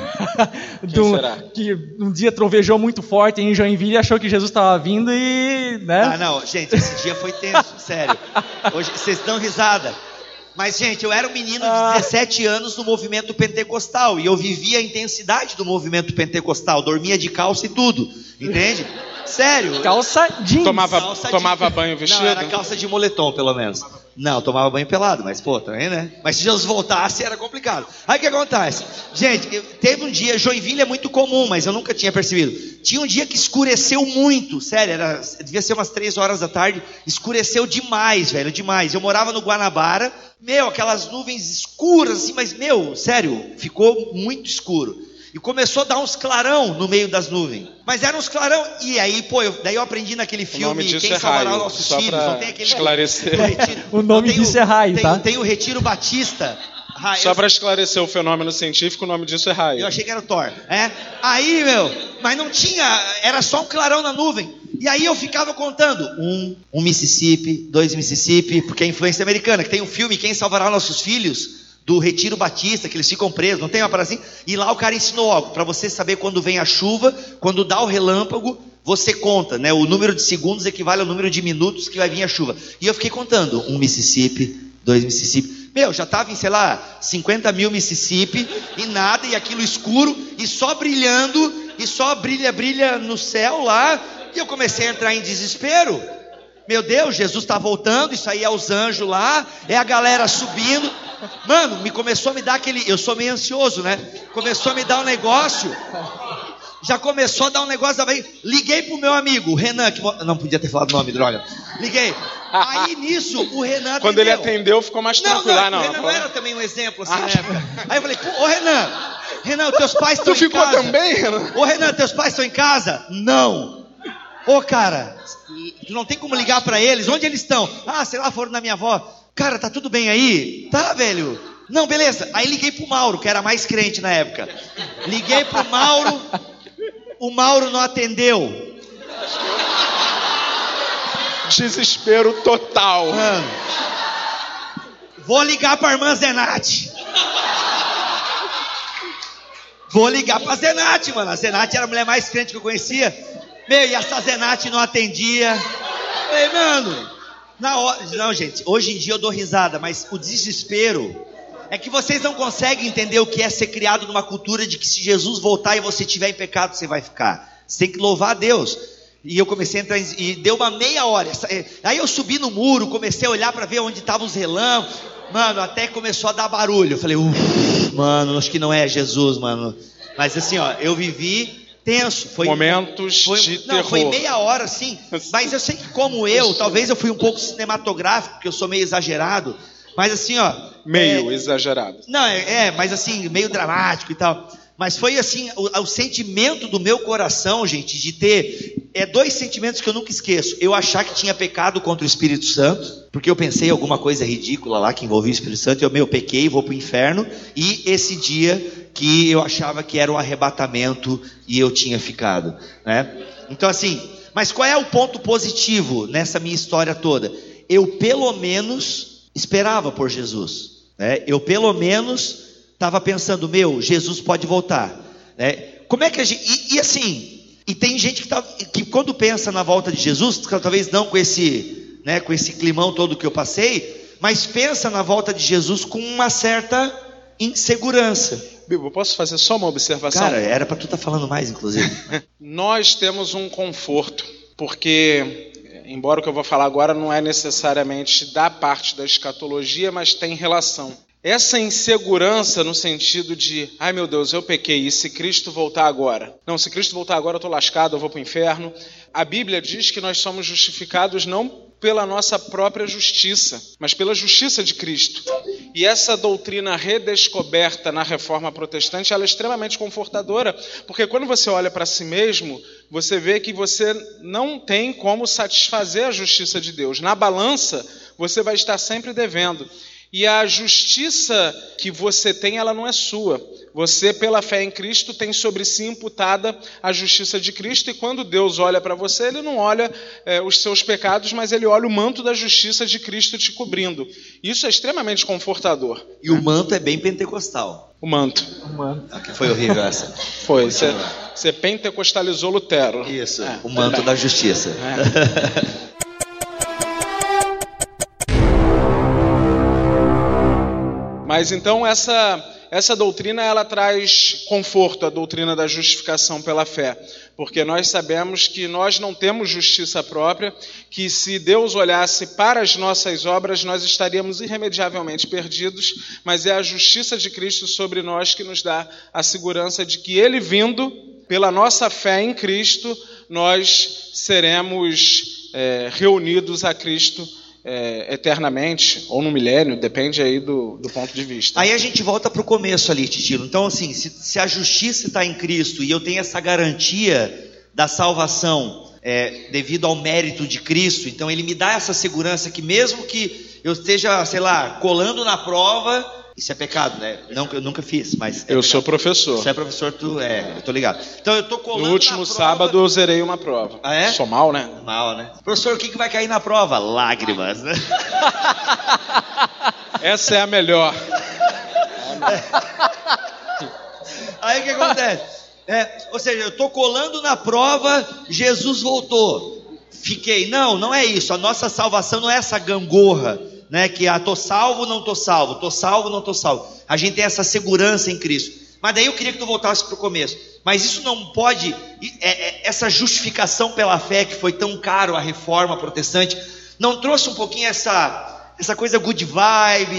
Que um dia trovejou muito forte em Joinville e achou que Jesus estava vindo e... né? Não, gente, esse dia foi tenso, sério. Hoje vocês dão risada. Mas, gente, eu era um menino de 17 anos no movimento pentecostal, e eu vivia a intensidade do movimento pentecostal, dormia de calça e tudo, entende? Sério. Calça jeans. Tomava banho vestido? Não, era calça de moletom, pelo menos. Não, tomava banho pelado, mas também, né? Mas se Jesus voltasse, era complicado. Aí o que acontece? Gente, teve um dia, Joinville é muito comum, mas eu nunca tinha percebido. Tinha um dia que escureceu muito, sério, devia ser umas 3 horas da tarde, escureceu demais, velho, demais. Eu morava no Guanabara, aquelas nuvens escuras, assim, mas, sério, ficou muito escuro. E começou a dar uns clarão no meio das nuvens. Mas eram uns clarão. E aí, daí eu aprendi naquele filme Quem Salvará os Nossos Filhos. Não tem aquele esclarecer. O nome disso é raio, tá? Tem o Retiro Batista. Só para esclarecer o fenômeno científico, o nome disso é raio. Eu achei que era o Thor. Aí, mas não tinha, era só um clarão na nuvem. E aí eu ficava contando, um Mississippi, 2 Mississippi, porque é influência americana, que tem um filme Quem Salvará os Nossos Filhos, do Retiro Batista, que eles ficam presos, não tem uma parada assim? E lá o cara ensinou algo, para você saber quando vem a chuva, quando dá o relâmpago, você conta, né? O número de segundos equivale ao número de minutos que vai vir a chuva. E eu fiquei contando, 1 Mississippi, 2 Mississippi. Já tava em, 50 mil Mississippi, e nada, e aquilo escuro, e só brilhando, e só brilha no céu lá, e eu comecei a entrar em desespero. Meu Deus, Jesus está voltando, isso aí é os anjos lá, é a galera subindo. Mano, começou a me dar aquele... Eu sou meio ansioso, né? Começou a me dar um negócio... Já começou a dar um negócio... Liguei pro meu amigo, o Renan, que... Não podia ter falado o nome, droga. Liguei. Aí, nisso, o Renan atendeu. Quando ele atendeu, ficou mais tranquilo. O Renan não era também um exemplo, assim, na época. Aí eu falei, ô, Renan, teus pais estão em casa. Tu ficou também, Renan? Ô, Renan, teus pais estão em casa? Não. Ô, cara, tu não tem como ligar pra eles? Onde eles estão? Ah, sei lá, foram na minha avó. Cara, tá tudo bem aí? Tá, velho. Não, beleza. Aí liguei pro Mauro, que era mais crente na época. Liguei pro Mauro... O Mauro não atendeu. Desespero total. Mano, vou ligar pra irmã Zenate. Vou ligar pra Zenate, mano. A Zenate era a mulher mais crente que eu conhecia. E essa Zenate não atendia. Falei, mano, na hora... Não, gente, hoje em dia eu dou risada, mas o desespero... É que vocês não conseguem entender o que é ser criado numa cultura de que se Jesus voltar e você estiver em pecado, você vai ficar. Você tem que louvar a Deus. E eu comecei a entrar e deu uma meia hora. Aí eu subi no muro, comecei a olhar para ver onde estavam os relâmpagos. Mano, até começou a dar barulho. Eu falei, mano, acho que não é Jesus, mano. Mas assim, ó, eu vivi tenso. Momentos de terror. Foi meia hora, assim. Mas eu sei que como talvez eu fui um pouco cinematográfico, porque eu sou meio exagerado. Mas assim, ó... Meio exagerado. Não, mas assim, meio dramático e tal. Mas foi assim, o sentimento do meu coração, gente, de ter... dois sentimentos que eu nunca esqueço. Eu achar que tinha pecado contra o Espírito Santo, porque eu pensei em alguma coisa ridícula lá que envolvia o Espírito Santo, eu pequei, vou pro inferno. E esse dia que eu achava que era um arrebatamento e eu tinha ficado, né? Então assim, mas qual é o ponto positivo nessa minha história toda? Eu pelo menos... esperava por Jesus, né? Eu pelo menos estava pensando, Jesus pode voltar, né? Como é que a gente... E tem gente que quando pensa na volta de Jesus, talvez não com esse, né, com esse climão todo que eu passei, mas pensa na volta de Jesus com uma certa insegurança. Bibo, eu posso fazer só uma observação? Cara, era para tu estar falando mais, inclusive. Nós temos um conforto, porque... Embora o que eu vou falar agora não é necessariamente da parte da escatologia, mas tem relação. Essa insegurança no sentido de, ai meu Deus, eu pequei, e se Cristo voltar agora? Não, se Cristo voltar agora eu estou lascado, eu vou para o inferno. A Bíblia diz que nós somos justificados não pela nossa própria justiça, mas pela justiça de Cristo. E essa doutrina redescoberta na Reforma Protestante, ela é extremamente confortadora, porque quando você olha para si mesmo, você vê que você não tem como satisfazer a justiça de Deus. Na balança, você vai estar sempre devendo. E a justiça que você tem, ela não é sua. Você, pela fé em Cristo, tem sobre si imputada a justiça de Cristo, e quando Deus olha para você, Ele não olha os seus pecados, mas Ele olha o manto da justiça de Cristo te cobrindo. Isso é extremamente confortador. E o manto é bem pentecostal. O manto. Que foi horrível essa. Foi, você pentecostalizou Lutero. Isso, o manto da justiça. Mas então essa doutrina, ela traz conforto, a doutrina da justificação pela fé, porque nós sabemos que nós não temos justiça própria, que se Deus olhasse para as nossas obras, nós estaríamos irremediavelmente perdidos, mas é a justiça de Cristo sobre nós que nos dá a segurança de que Ele vindo, pela nossa fé em Cristo, nós seremos reunidos a Cristo eternamente, ou no milênio, depende aí do ponto de vista. Aí a gente volta para o começo ali, Titilo. Então assim, se a justiça está em Cristo e eu tenho essa garantia da salvação devido ao mérito de Cristo, então Ele me dá essa segurança que mesmo que eu esteja, sei lá, colando na prova... Isso é pecado, né? Não, eu nunca fiz, mas... Eu sou professor. Você é professor, eu tô ligado. Então eu tô colando no último sábado eu zerei uma prova. Ah, é? Sou mal, né? Mal, né? Professor, o que vai cair na prova? Lágrimas, né? Essa é a melhor. Aí o que acontece? Ou seja, eu tô colando na prova, Jesus voltou. Fiquei. Não é isso. A nossa salvação não é essa gangorra, né, que tô salvo, não tô salvo, tô salvo, não tô salvo. A gente tem essa segurança em Cristo. Mas daí eu queria que tu voltasse para o começo. Mas isso não pode, essa justificação pela fé que foi tão caro a Reforma Protestante, não trouxe um pouquinho essa coisa good vibe,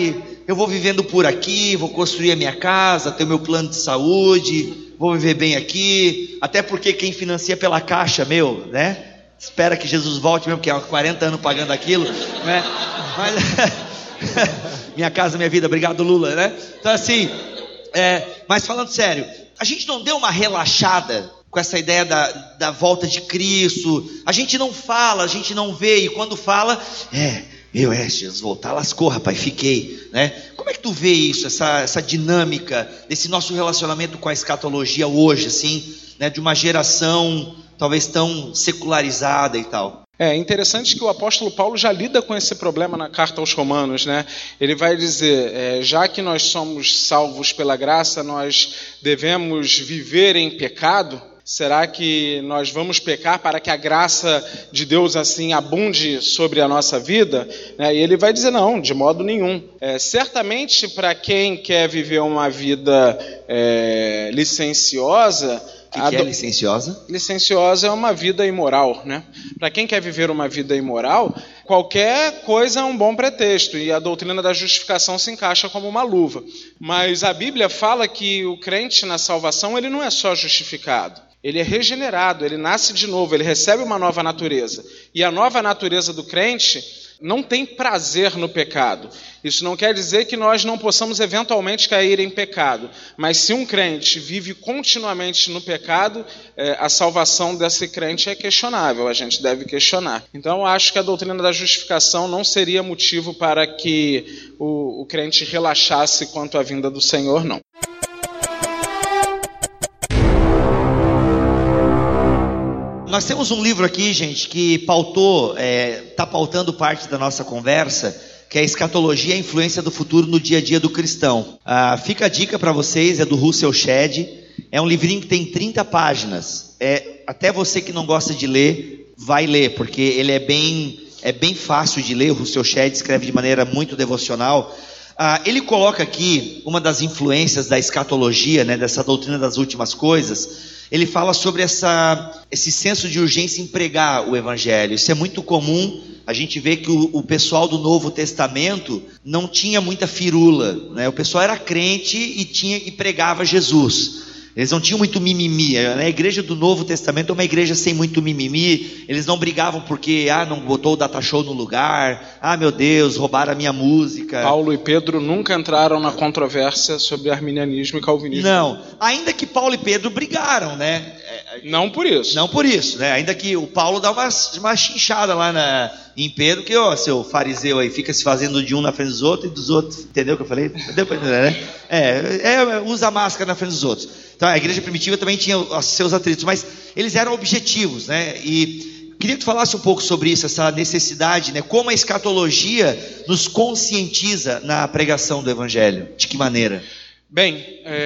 eu vou vivendo por aqui, vou construir a minha casa, ter o meu plano de saúde, vou viver bem aqui, até porque quem financia pela Caixa, né? Espera que Jesus volte mesmo, porque há 40 anos pagando aquilo, né? Mas, minha casa, minha vida, obrigado Lula, né? Então assim, mas falando sério, a gente não deu uma relaxada com essa ideia da volta de Cristo? A gente não fala, a gente não vê, e quando fala, Jesus voltar, lascou, rapaz, fiquei, né? Como é que tu vê isso, essa dinâmica desse nosso relacionamento com a escatologia hoje, assim, né? De uma geração talvez tão secularizada e tal. É interessante que o apóstolo Paulo já lida com esse problema na carta aos Romanos, né? Ele vai dizer, já que nós somos salvos pela graça, nós devemos viver em pecado? Será que nós vamos pecar para que a graça de Deus assim abunde sobre a nossa vida? E ele vai dizer, não, de modo nenhum. Certamente para quem quer viver uma vida licenciosa... O que é licenciosa? Licenciosa é uma vida imoral, né? Para quem quer viver uma vida imoral, qualquer coisa é um bom pretexto, e a doutrina da justificação se encaixa como uma luva. Mas a Bíblia fala que o crente na salvação, ele não é só justificado. Ele é regenerado, ele nasce de novo, ele recebe uma nova natureza. E a nova natureza do crente não tem prazer no pecado. Isso não quer dizer que nós não possamos eventualmente cair em pecado. Mas se um crente vive continuamente no pecado, a salvação desse crente é questionável, a gente deve questionar. Então eu acho que a doutrina da justificação não seria motivo para que o crente relaxasse quanto à vinda do Senhor, não. Nós temos um livro aqui, gente, que está pautando parte da nossa conversa, que é a Escatologia e a Influência do Futuro no Dia a Dia do Cristão. Fica a dica para vocês, é do Russell Shedd, é um livrinho que tem 30 páginas. Até você que não gosta de ler, vai ler, porque ele é bem fácil de ler. O Russell Shedd escreve de maneira muito devocional. Ele coloca aqui uma das influências da escatologia, né, dessa doutrina das últimas coisas. Ele fala sobre esse senso de urgência em pregar o evangelho. Isso é muito comum. A gente vê que o pessoal do Novo Testamento não tinha muita firula, né? O pessoal era crente e pregava Jesus. Eles não tinham muito mimimi. A igreja do Novo Testamento é uma igreja sem muito mimimi. Eles não brigavam porque não botou o data show no lugar. Meu Deus, roubaram a minha música. Paulo e Pedro nunca entraram na controvérsia sobre arminianismo e calvinismo. Não, ainda que Paulo e Pedro brigaram, né? Não por isso. Não por isso, né? Ainda que o Paulo dá uma chinchada lá em Pedro, que seu fariseu aí fica se fazendo de um na frente dos outros e dos outros. Entendeu o que eu falei? Deu pra entender, né? Usa máscara na frente dos outros. Então a igreja primitiva também tinha os seus atritos, mas eles eram objetivos, né? E queria que tu falasse um pouco sobre isso, essa necessidade, né? Como a escatologia nos conscientiza na pregação do evangelho. De que maneira? Bem,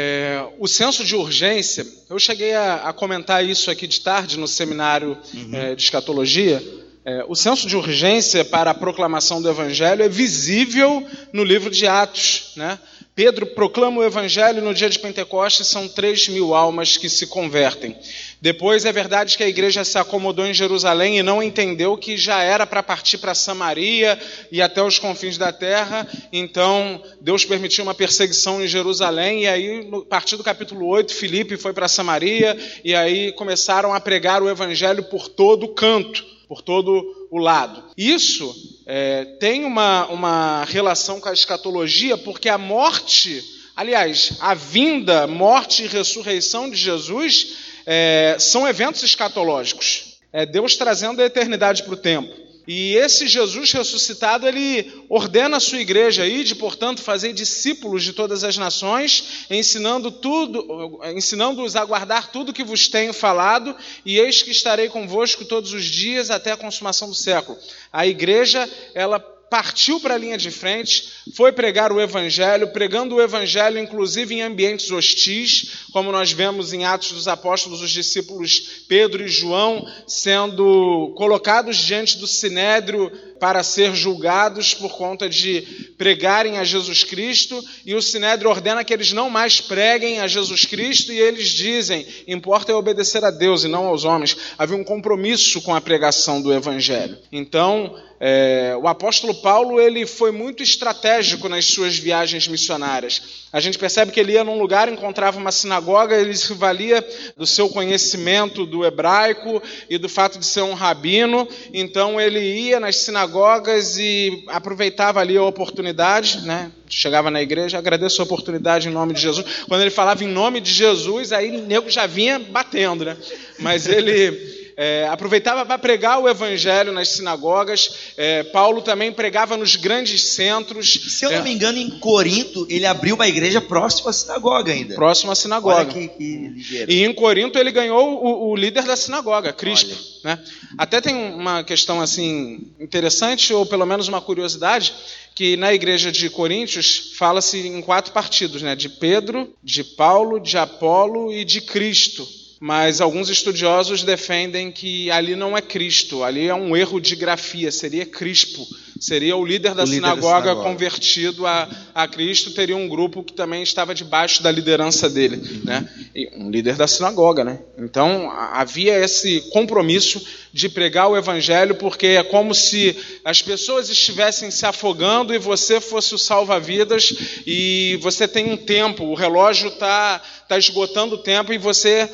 o senso de urgência, eu cheguei a comentar isso aqui de tarde no seminário de escatologia. O senso de urgência para a proclamação do evangelho é visível no livro de Atos, né? Pedro proclama o evangelho no dia de Pentecostes, são 3.000 almas que se convertem. Depois é verdade que a igreja se acomodou em Jerusalém e não entendeu que já era para partir para Samaria e até os confins da terra. Então Deus permitiu uma perseguição em Jerusalém, e aí a partir do capítulo 8 Filipe foi para Samaria, e aí começaram a pregar o evangelho por todo o canto, por todo o lado. Isso tem uma relação com a escatologia, porque a morte, aliás, a vinda, morte e ressurreição de Jesus são eventos escatológicos. É Deus trazendo a eternidade para o tempo. E esse Jesus ressuscitado, ele ordena a sua igreja aí de, portanto, fazer discípulos de todas as nações, ensinando-os a guardar tudo que vos tenho falado, e eis que estarei convosco todos os dias até a consumação do século. A igreja, ela partiu para a linha de frente, foi pregar o evangelho, pregando o evangelho inclusive em ambientes hostis, como nós vemos em Atos dos Apóstolos, os discípulos Pedro e João sendo colocados diante do sinédrio para ser julgados por conta de pregarem a Jesus Cristo, e o Sinédrio ordena que eles não mais preguem a Jesus Cristo, e eles dizem, importa é obedecer a Deus e não aos homens. Havia um compromisso com a pregação do Evangelho. Então, o apóstolo Paulo, ele foi muito estratégico nas suas viagens missionárias. A gente percebe que ele ia num lugar, encontrava uma sinagoga, ele se valia do seu conhecimento do hebraico e do fato de ser um rabino. Então ele ia nas sinagogas e aproveitava ali a oportunidade, né? Chegava na igreja, agradeço a oportunidade em nome de Jesus. Quando ele falava em nome de Jesus, aí o nego já vinha batendo, né? Mas ele aproveitava para pregar o evangelho nas sinagogas. Paulo também pregava nos grandes centros. Se eu não me engano, em Corinto, ele abriu uma igreja próxima à sinagoga ainda. Próxima à sinagoga. Olha que ligeiro. E em Corinto ele ganhou o líder da sinagoga, Crispo. Né? Até tem uma questão assim interessante, ou pelo menos uma curiosidade, que na igreja de Coríntios fala-se em 4 partidos, né? De Pedro, de Paulo, de Apolo e de Cristo. Mas alguns estudiosos defendem que ali não é Cristo, ali é um erro de grafia, seria Crispo, seria o líder da sinagoga convertido a Cristo, teria um grupo que também estava debaixo da liderança dele, né? E um líder da sinagoga, né? Então havia esse compromisso de pregar o evangelho, porque é como se as pessoas estivessem se afogando e você fosse o salva-vidas, e você tem um tempo, o relógio está esgotando o tempo, e você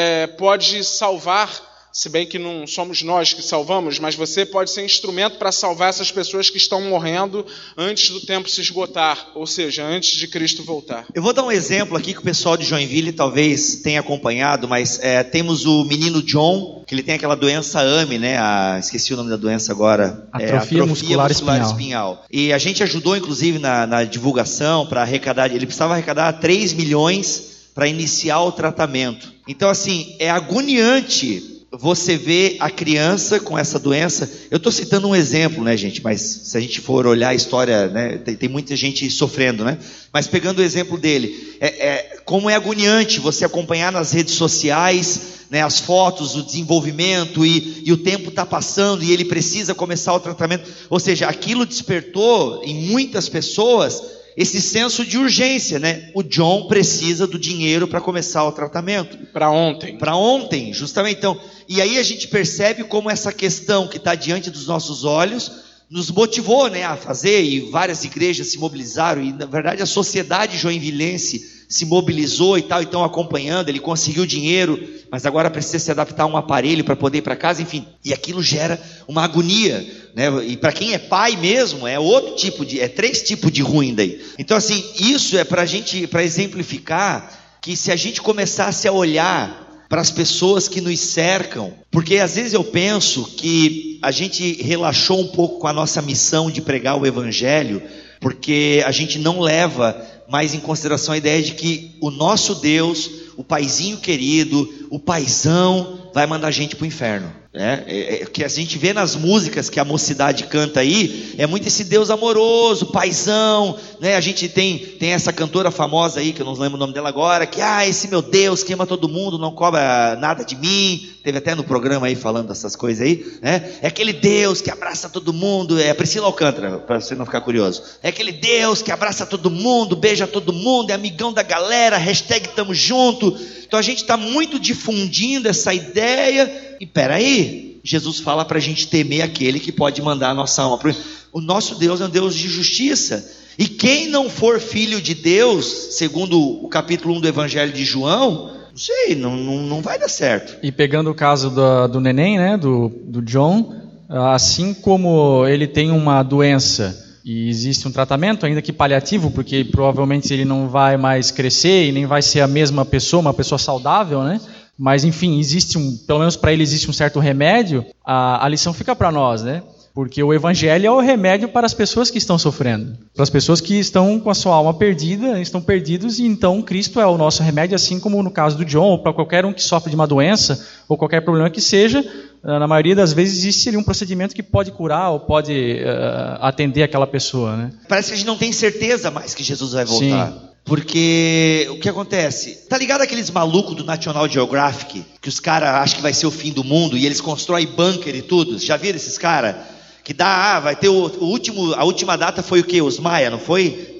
pode salvar, se bem que não somos nós que salvamos, mas você pode ser instrumento para salvar essas pessoas que estão morrendo antes do tempo se esgotar, ou seja, antes de Cristo voltar. Eu vou dar um exemplo aqui que o pessoal de Joinville talvez tenha acompanhado, mas temos o menino John, que ele tem aquela doença AME, né? Esqueci o nome da doença agora. Atrofia muscular espinhal. E a gente ajudou, inclusive, na divulgação para arrecadar. Ele precisava arrecadar 3 milhões para iniciar o tratamento. Então, assim, é agoniante você vê a criança com essa doença. Eu estou citando um exemplo, né, gente? Mas se a gente for olhar a história, né, tem muita gente sofrendo, né? Mas pegando o exemplo dele, como é agoniante você acompanhar nas redes sociais, né, as fotos, o desenvolvimento, e o tempo está passando e ele precisa começar o tratamento. Ou seja, aquilo despertou em muitas pessoas esse senso de urgência, né? O John precisa do dinheiro para começar o tratamento. Para ontem. Para ontem, justamente. Então, e aí a gente percebe como essa questão que está diante dos nossos olhos nos motivou, né, a fazer, e várias igrejas se mobilizaram, e na verdade a sociedade joinvilense se mobilizou e tal, e estão acompanhando. Ele conseguiu dinheiro, mas agora precisa se adaptar a um aparelho para poder ir para casa, enfim. E aquilo gera uma agonia, né? E para quem é pai mesmo, é outro tipo de, 3 tipos de ruim daí. Então, assim, isso é para exemplificar que se a gente começasse a olhar para as pessoas que nos cercam, porque às vezes eu penso que a gente relaxou um pouco com a nossa missão de pregar o evangelho, porque a gente não leva mais em consideração a ideia de que o nosso Deus, o paizinho querido, o paizão, vai mandar a gente para o inferno. Que a gente vê nas músicas que a mocidade canta aí, é muito esse Deus amoroso, paizão, né? A gente tem essa cantora famosa aí, que eu não lembro o nome dela agora, que esse meu Deus que ama todo mundo, não cobra nada de mim. Teve até no programa aí falando dessas coisas aí, né? É aquele Deus que abraça todo mundo, é Priscila Alcântara, para você não ficar curioso. É aquele Deus que abraça todo mundo, beija todo mundo, é amigão da galera, hashtag tamo junto. Então a gente está muito difundindo essa ideia. E peraí, Jesus fala para a gente temer aquele que pode mandar a nossa alma. O nosso Deus é um Deus de justiça. E quem não for filho de Deus, segundo o capítulo 1 do Evangelho de João, não sei, não vai dar certo. E pegando o caso do neném, né, do John, assim como ele tem uma doença e existe um tratamento, ainda que paliativo, porque provavelmente ele não vai mais crescer e nem vai ser a mesma pessoa, uma pessoa saudável, né? Mas enfim, pelo menos para ele existe um certo remédio. A lição fica para nós, né? Porque o evangelho é o remédio para as pessoas que estão sofrendo, para as pessoas que estão com a sua alma perdida, estão perdidos, e então Cristo é o nosso remédio, assim como no caso do John, ou para qualquer um que sofre de uma doença, ou qualquer problema que seja. Na maioria das vezes existe ali um procedimento que pode curar ou pode atender aquela pessoa, né? Parece que a gente não tem certeza mais que Jesus vai voltar. Sim. Porque o que acontece? Tá ligado aqueles malucos do National Geographic, que os caras acham que vai ser o fim do mundo e eles constroem bunker e tudo? Já viram esses caras? Que dá, vai ter a última data foi o quê? Os Maia, não foi?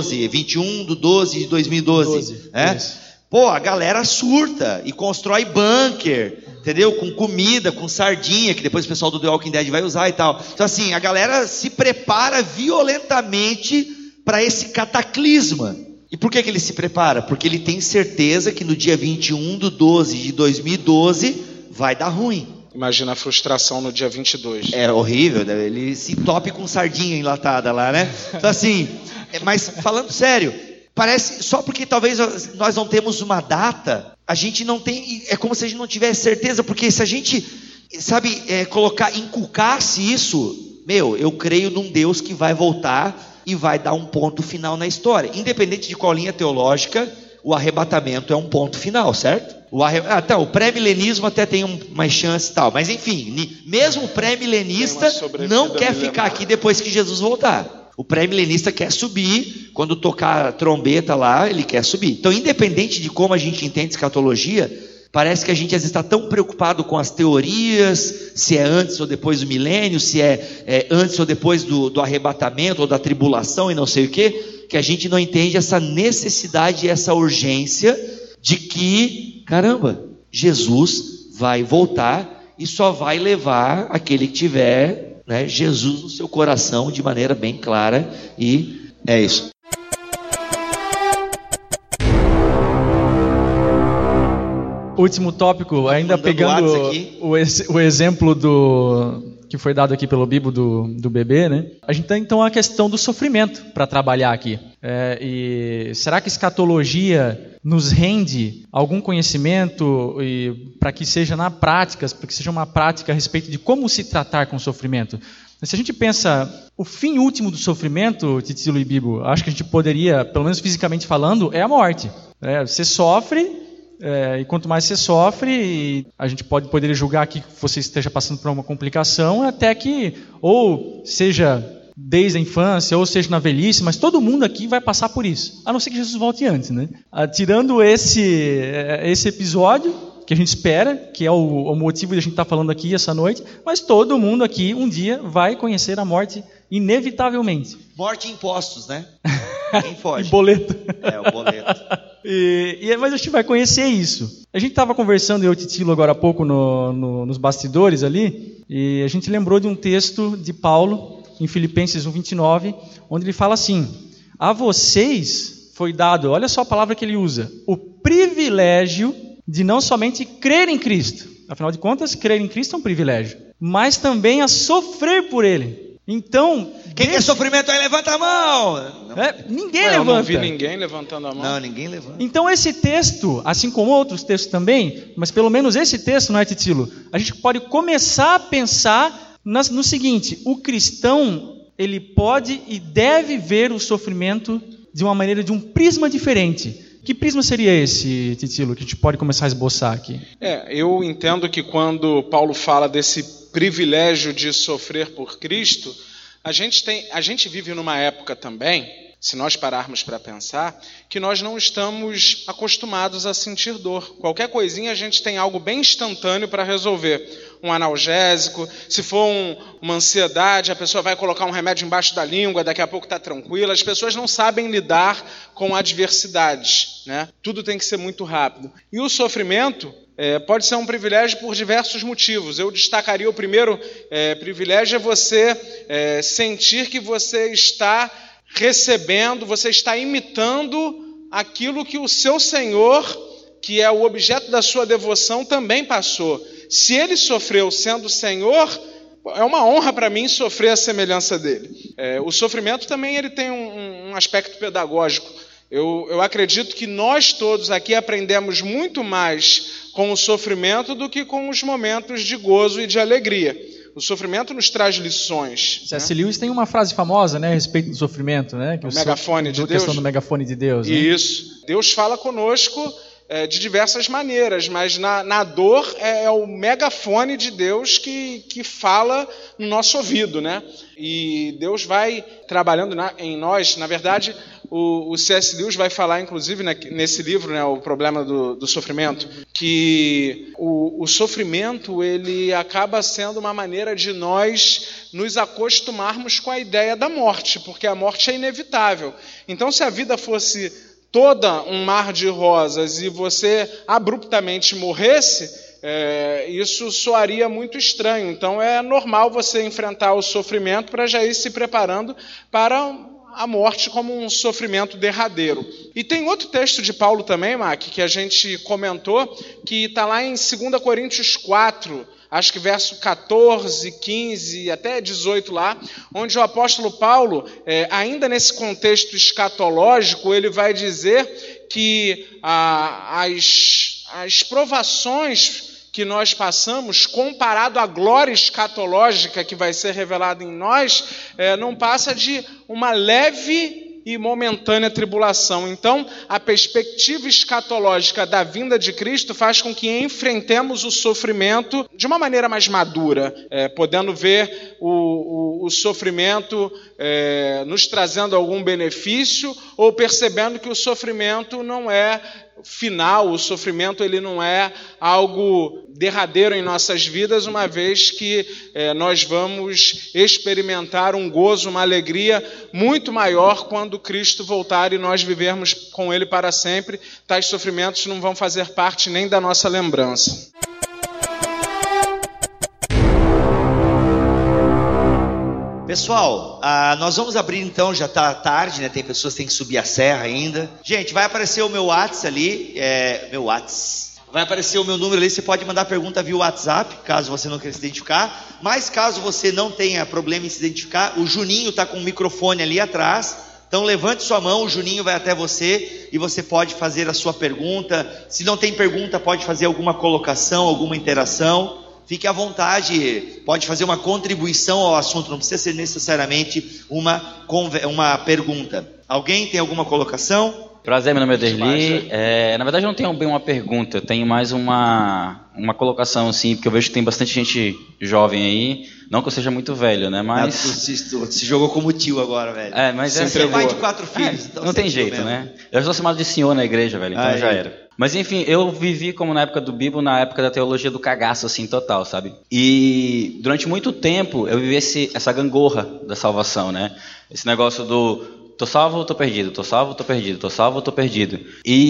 21/12/2012. Pô, a galera surta e constrói bunker, entendeu? Com comida, com sardinha, que depois o pessoal do The Walking Dead vai usar e tal. Então assim, a galera se prepara violentamente para esse cataclisma. E por que ele se prepara? Porque ele tem certeza que no dia 21/12/2012 vai dar ruim. Imagina a frustração no dia 22. É horrível, né? Ele se entope com sardinha enlatada lá, né? Então assim, mas falando sério, parece, só porque talvez nós não temos uma data, a gente não tem, é como se a gente não tivesse certeza, porque se a gente, sabe, inculcasse isso, eu creio num Deus que vai voltar e vai dar um ponto final na história. Independente de qual linha teológica, o arrebatamento é um ponto final, certo? O pré-milenismo até tem mais chance e tal, mas enfim, mesmo o pré-milenista não quer ficar aqui depois que Jesus voltar. O pré-milenista quer subir, quando tocar a trombeta lá, ele quer subir. Então, independente de como a gente entende escatologia, parece que a gente às vezes está tão preocupado com as teorias, se é antes ou depois do milênio, se é antes ou depois do arrebatamento ou da tribulação e não sei o quê, que a gente não entende essa necessidade e essa urgência de que, caramba, Jesus vai voltar e só vai levar aquele que tiver, né, Jesus no seu coração de maneira bem clara, e é isso. Último tópico, ainda pegando o exemplo que foi dado aqui pelo Bibo do bebê, né? A gente tem então a questão do sofrimento para trabalhar aqui. E será que escatologia nos rende algum conhecimento para que seja na prática, para que seja uma prática a respeito de como se tratar com o sofrimento? Se a gente pensa o fim último do sofrimento, Titilo e Bibo, acho que a gente poderia, pelo menos fisicamente falando, é a morte. Você sofre. E quanto mais você sofre, a gente poderia julgar aqui que você esteja passando por uma complicação, até que, ou seja desde a infância, ou seja na velhice, mas todo mundo aqui vai passar por isso, a não ser que Jesus volte antes, né? Tirando esse episódio, que a gente espera, que é o motivo de a gente estar falando aqui essa noite, mas todo mundo aqui um dia vai conhecer a morte inevitavelmente. Morte e impostos, né? Quem foge? E boleto. O boleto. Mas a gente vai conhecer isso. A gente estava conversando, eu e o Titilo, agora há pouco nos bastidores ali, e a gente lembrou de um texto de Paulo, em Filipenses 1:29, onde ele fala assim: a vocês foi dado, olha só a palavra que ele usa, o privilégio de não somente crer em Cristo, afinal de contas, crer em Cristo é um privilégio, mas também a sofrer por Ele. Então, quem quer sofrimento aí, levanta a mão. Ninguém levanta. Eu não vi ninguém levantando a mão. Não, ninguém levanta. Então esse texto, assim como outros textos também, mas pelo menos esse texto, não é, Titilo? A gente pode começar a pensar no seguinte: o cristão, ele pode e deve ver o sofrimento de uma maneira, de um prisma diferente. Que prisma seria esse, Titilo, que a gente pode começar a esboçar aqui? Eu entendo que quando Paulo fala desse privilégio de sofrer por Cristo, a gente vive numa época também, se nós pararmos para pensar, que nós não estamos acostumados a sentir dor. Qualquer coisinha a gente tem algo bem instantâneo para resolver. Um analgésico, se for uma ansiedade, a pessoa vai colocar um remédio embaixo da língua, daqui a pouco está tranquila. As pessoas não sabem lidar com adversidades, né? Tudo tem que ser muito rápido. E o sofrimento pode ser um privilégio por diversos motivos. Eu destacaria o primeiro privilégio, é você sentir que você está recebendo, você está imitando aquilo que o seu Senhor, que é o objeto da sua devoção, também passou. Se ele sofreu sendo Senhor, é uma honra para mim sofrer a semelhança dele. O sofrimento também ele tem um aspecto pedagógico. Eu acredito que nós todos aqui aprendemos muito mais com o sofrimento do que com os momentos de gozo e de alegria. O sofrimento nos traz lições. C.S. Lewis tem uma frase famosa, né, a respeito do sofrimento, né? Que o megafone de Deus. A questão do megafone de Deus. Né? Isso. Deus fala conosco de diversas maneiras, mas na dor é o megafone de Deus que fala no nosso ouvido, né? E Deus vai trabalhando em nós. Na verdade, o C.S. Lewis vai falar, inclusive, nesse livro, né, O Problema do Sofrimento, que o sofrimento ele acaba sendo uma maneira de nós nos acostumarmos com a ideia da morte, porque a morte é inevitável. Então, se a vida fosse toda um mar de rosas e você abruptamente morresse, isso soaria muito estranho. Então é normal você enfrentar o sofrimento para já ir se preparando para a morte como um sofrimento derradeiro. E tem outro texto de Paulo também, Mac, que a gente comentou, que está lá em 2 Coríntios 4, acho que verso 14, 15, até 18 lá, onde o apóstolo Paulo, ainda nesse contexto escatológico, ele vai dizer que as provações que nós passamos, comparado à glória escatológica que vai ser revelada em nós, não passa de uma leve e momentânea tribulação. Então, a perspectiva escatológica da vinda de Cristo faz com que enfrentemos o sofrimento de uma maneira mais madura, podendo ver o sofrimento nos trazendo algum benefício, ou percebendo que o sofrimento não é final, o sofrimento ele não é algo derradeiro em nossas vidas, uma vez que nós vamos experimentar um gozo, uma alegria muito maior quando Cristo voltar e nós vivermos com Ele para sempre. Tais sofrimentos não vão fazer parte nem da nossa lembrança. Pessoal, nós vamos abrir então, já está tarde, né? Tem pessoas que têm que subir a serra ainda. Gente, vai aparecer o meu WhatsApp ali, vai aparecer o meu número ali, você pode mandar pergunta via WhatsApp, caso você não queira se identificar. Mas caso você não tenha problema em se identificar, o Juninho está com o microfone ali atrás. Então levante sua mão, o Juninho vai até você e você pode fazer a sua pergunta. Se não tem pergunta, pode fazer alguma colocação, alguma interação. Fique à vontade, pode fazer uma contribuição ao assunto, não precisa ser necessariamente uma pergunta. Alguém tem alguma colocação? Prazer, meu nome é Derli. Na verdade eu não tenho bem uma pergunta, eu tenho mais uma colocação, assim, porque eu vejo que tem bastante gente jovem aí, não que eu seja muito velho, né, mas... Se jogou como tio agora, velho. Mas você é pai de 4 filhos. Então não tem jeito, né? Eu sou chamado de senhor na igreja, velho, então já era. Mas enfim, eu vivi como na época do Bibo, na época da teologia do cagaço, assim, total, sabe? E durante muito tempo eu vivi essa gangorra da salvação, né? Esse negócio do tô salvo ou tô perdido, tô salvo ou tô perdido, tô salvo ou tô perdido.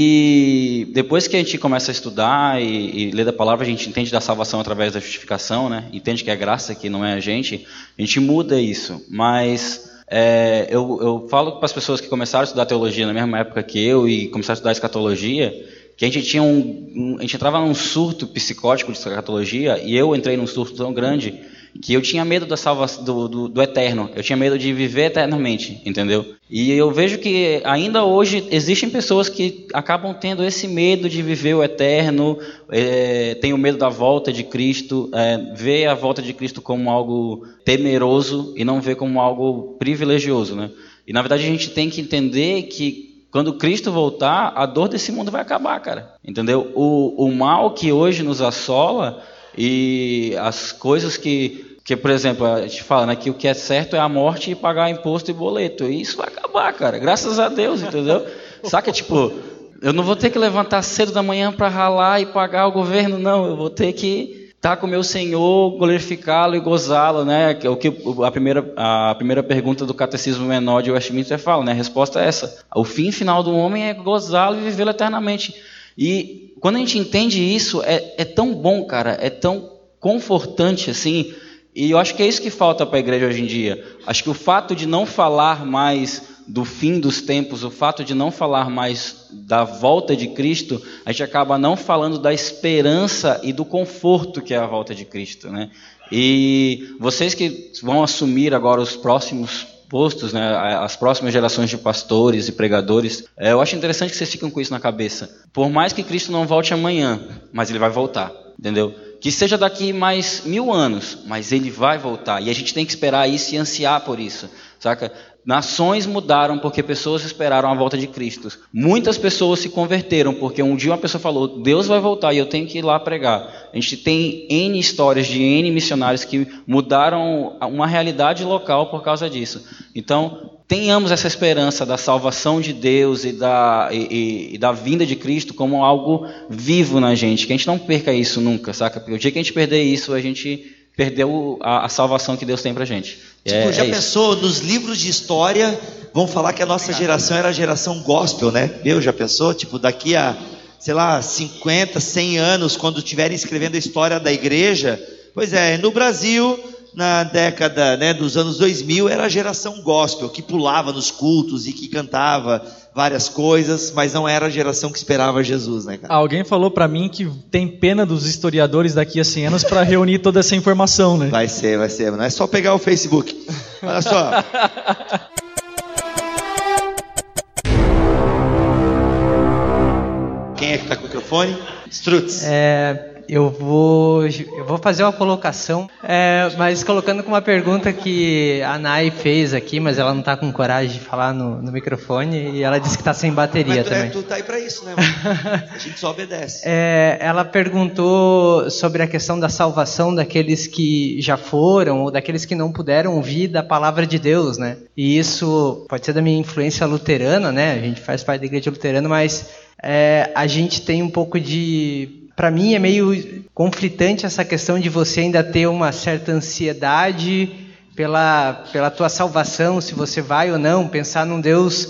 E depois que a gente começa a estudar e ler da palavra, a gente entende da salvação através da justificação, né? Entende que é graça, que não é a gente muda isso. Mas... eu falo para as pessoas que começaram a estudar teologia na mesma época que eu e começaram a estudar escatologia, que a gente tinha a gente entrava num surto psicótico de escatologia, e eu entrei num surto tão grande que eu tinha medo da salvação do eterno, eu tinha medo de viver eternamente, entendeu? E eu vejo que ainda hoje existem pessoas que acabam tendo esse medo de viver o eterno, tem o medo da volta de Cristo, vê a volta de Cristo como algo temeroso e não vê como algo privilegioso, né? E na verdade a gente tem que entender que quando Cristo voltar, a dor desse mundo vai acabar, cara, entendeu? O mal que hoje nos assola e as coisas que, por exemplo, a gente fala, né, que o que é certo é a morte e pagar imposto e boleto. E isso vai acabar, cara. Graças a Deus, entendeu? Saca, tipo, eu não vou ter que levantar cedo da manhã para ralar e pagar o governo, não. Eu vou ter que estar com o meu Senhor, glorificá-lo e gozá-lo, né? Que é o que a primeira pergunta do Catecismo Menor de Westminster fala, né? A resposta é essa. O fim final do homem é gozá-lo e vivê-lo eternamente. E quando a gente entende isso, é tão bom, cara. É tão confortante, assim. E eu acho que é isso que falta para a igreja hoje em dia. Acho que o fato de não falar mais do fim dos tempos, o fato de não falar mais da volta de Cristo, a gente acaba não falando da esperança e do conforto que é a volta de Cristo, né? E vocês que vão assumir agora os próximos postos, né, as próximas gerações de pastores e pregadores, eu acho interessante que vocês fiquem com isso na cabeça. Por mais que Cristo não volte amanhã, mas Ele vai voltar, entendeu? Que seja daqui mais 1000 anos, mas Ele vai voltar. E a gente tem que esperar isso e ansiar por isso, saca? Nações mudaram porque pessoas esperaram a volta de Cristo. Muitas pessoas se converteram porque um dia uma pessoa falou, Deus vai voltar e eu tenho que ir lá pregar. A gente tem N histórias de N missionários que mudaram uma realidade local por causa disso. Então, tenhamos essa esperança da salvação de Deus e da vinda de Cristo como algo vivo na gente. Que a gente não perca isso nunca, saca? Porque o dia que a gente perder isso, a gente perdeu a salvação que Deus tem pra gente. Tipo, já pensou, nos livros de história, vão falar que a nossa geração era a geração gospel, né? Já pensou? Tipo, daqui a, sei lá, 50, 100 anos, quando estiverem escrevendo a história da igreja, pois é, no Brasil, na década, né, dos anos 2000, era a geração gospel, que pulava nos cultos e que cantava várias coisas, mas não era a geração que esperava Jesus, né, cara? Alguém falou pra mim que tem pena dos historiadores daqui a 100 anos para reunir toda essa informação, né? Vai ser, não é só pegar o Facebook. Olha só. Quem é que tá com o microfone? Strutz. Eu vou fazer uma colocação, mas colocando com uma pergunta que a Nai fez aqui, mas ela não está com coragem de falar no microfone, e ela disse que está sem bateria também. Tu tá aí para isso, né, mano? A gente só obedece. Ela perguntou sobre a questão da salvação daqueles que já foram, ou daqueles que não puderam ouvir da palavra de Deus, né? E isso pode ser da minha influência luterana, né? A gente faz parte da igreja luterana, mas a gente tem um pouco de... Para mim é meio conflitante essa questão de você ainda ter uma certa ansiedade pela tua salvação, se você vai ou não, pensar num Deus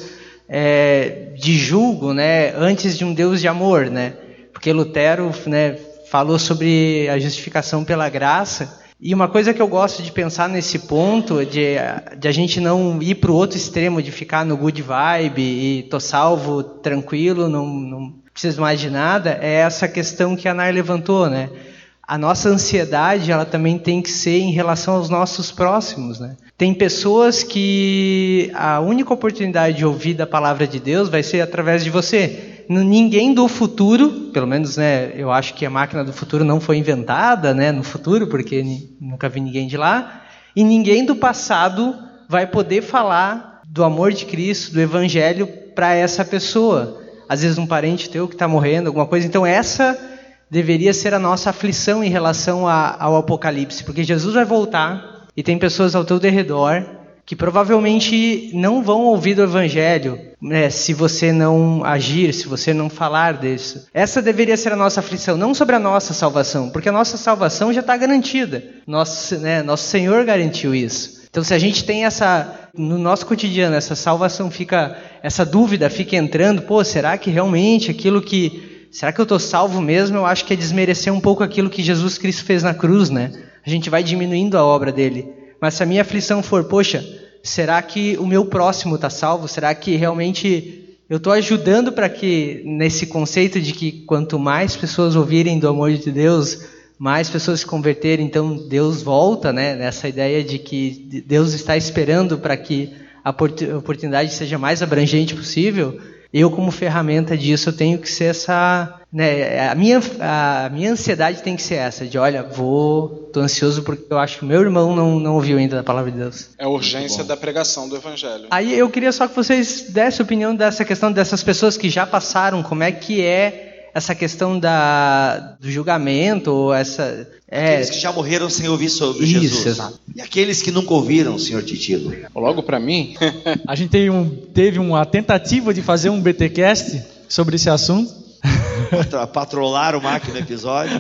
de julgo, né, antes de um Deus de amor, né? Porque Lutero, né, falou sobre a justificação pela graça. E uma coisa que eu gosto de pensar nesse ponto, de a gente não ir para o outro extremo, de ficar no good vibe e tô salvo, tranquilo, não preciso mais de nada, é essa questão que a Nai levantou, né? A nossa ansiedade, ela também tem que ser em relação aos nossos próximos, né? Tem pessoas que a única oportunidade de ouvir da palavra de Deus vai ser através de você. Ninguém do futuro, pelo menos, né, eu acho que a máquina do futuro não foi inventada, né, no futuro, porque nunca vi ninguém de lá, e ninguém do passado vai poder falar do amor de Cristo, do evangelho para essa pessoa. Às vezes um parente teu que está morrendo, alguma coisa. Então essa deveria ser a nossa aflição em relação ao Apocalipse, porque Jesus vai voltar e tem pessoas ao teu derredor que provavelmente não vão ouvir do Evangelho, né, se você não agir, se você não falar disso. Essa deveria ser a nossa aflição, não sobre a nossa salvação, porque a nossa salvação já está garantida. Nosso Senhor garantiu isso. Então, se a gente tem no nosso cotidiano, essa salvação essa dúvida fica entrando, será que realmente será que eu estou salvo mesmo? Eu acho que é desmerecer um pouco aquilo que Jesus Cristo fez na cruz, né? A gente vai diminuindo a obra dele. Mas se a minha aflição for, será que o meu próximo está salvo? Será que realmente eu estou ajudando para que, nesse conceito de que quanto mais pessoas ouvirem do amor de Deus, mais pessoas se converterem, então Deus volta, né? Nessa ideia de que Deus está esperando para que a oportunidade seja mais abrangente possível. Eu, como ferramenta disso, eu tenho que ser essa... Né, a minha ansiedade tem que ser essa, de tô ansioso porque eu acho que o meu irmão não ouviu ainda da palavra de Deus. É a urgência da pregação do Evangelho. Aí eu queria só que vocês dessem opinião dessa questão dessas pessoas que já passaram, como é que é essa questão do julgamento, ou aqueles que já morreram sem ouvir sobre Jesus. Exato. E aqueles que nunca ouviram, senhor Titilo? Logo para mim... A gente teve uma tentativa de fazer um BTcast sobre esse assunto. Patrolar o Mac no episódio.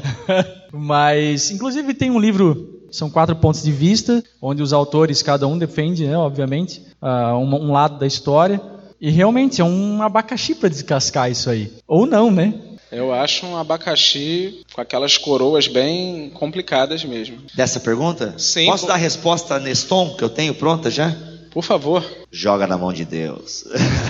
Mas, inclusive, tem um livro, são 4 pontos de vista, onde os autores, cada um defende, né, obviamente, um lado da história. E realmente é um abacaxi para descascar isso aí. Ou não, né? Eu acho um abacaxi com aquelas coroas bem complicadas mesmo. Dessa pergunta? Sim. Posso dar a resposta Neston, que eu tenho pronta já? Por favor. Joga na mão de Deus.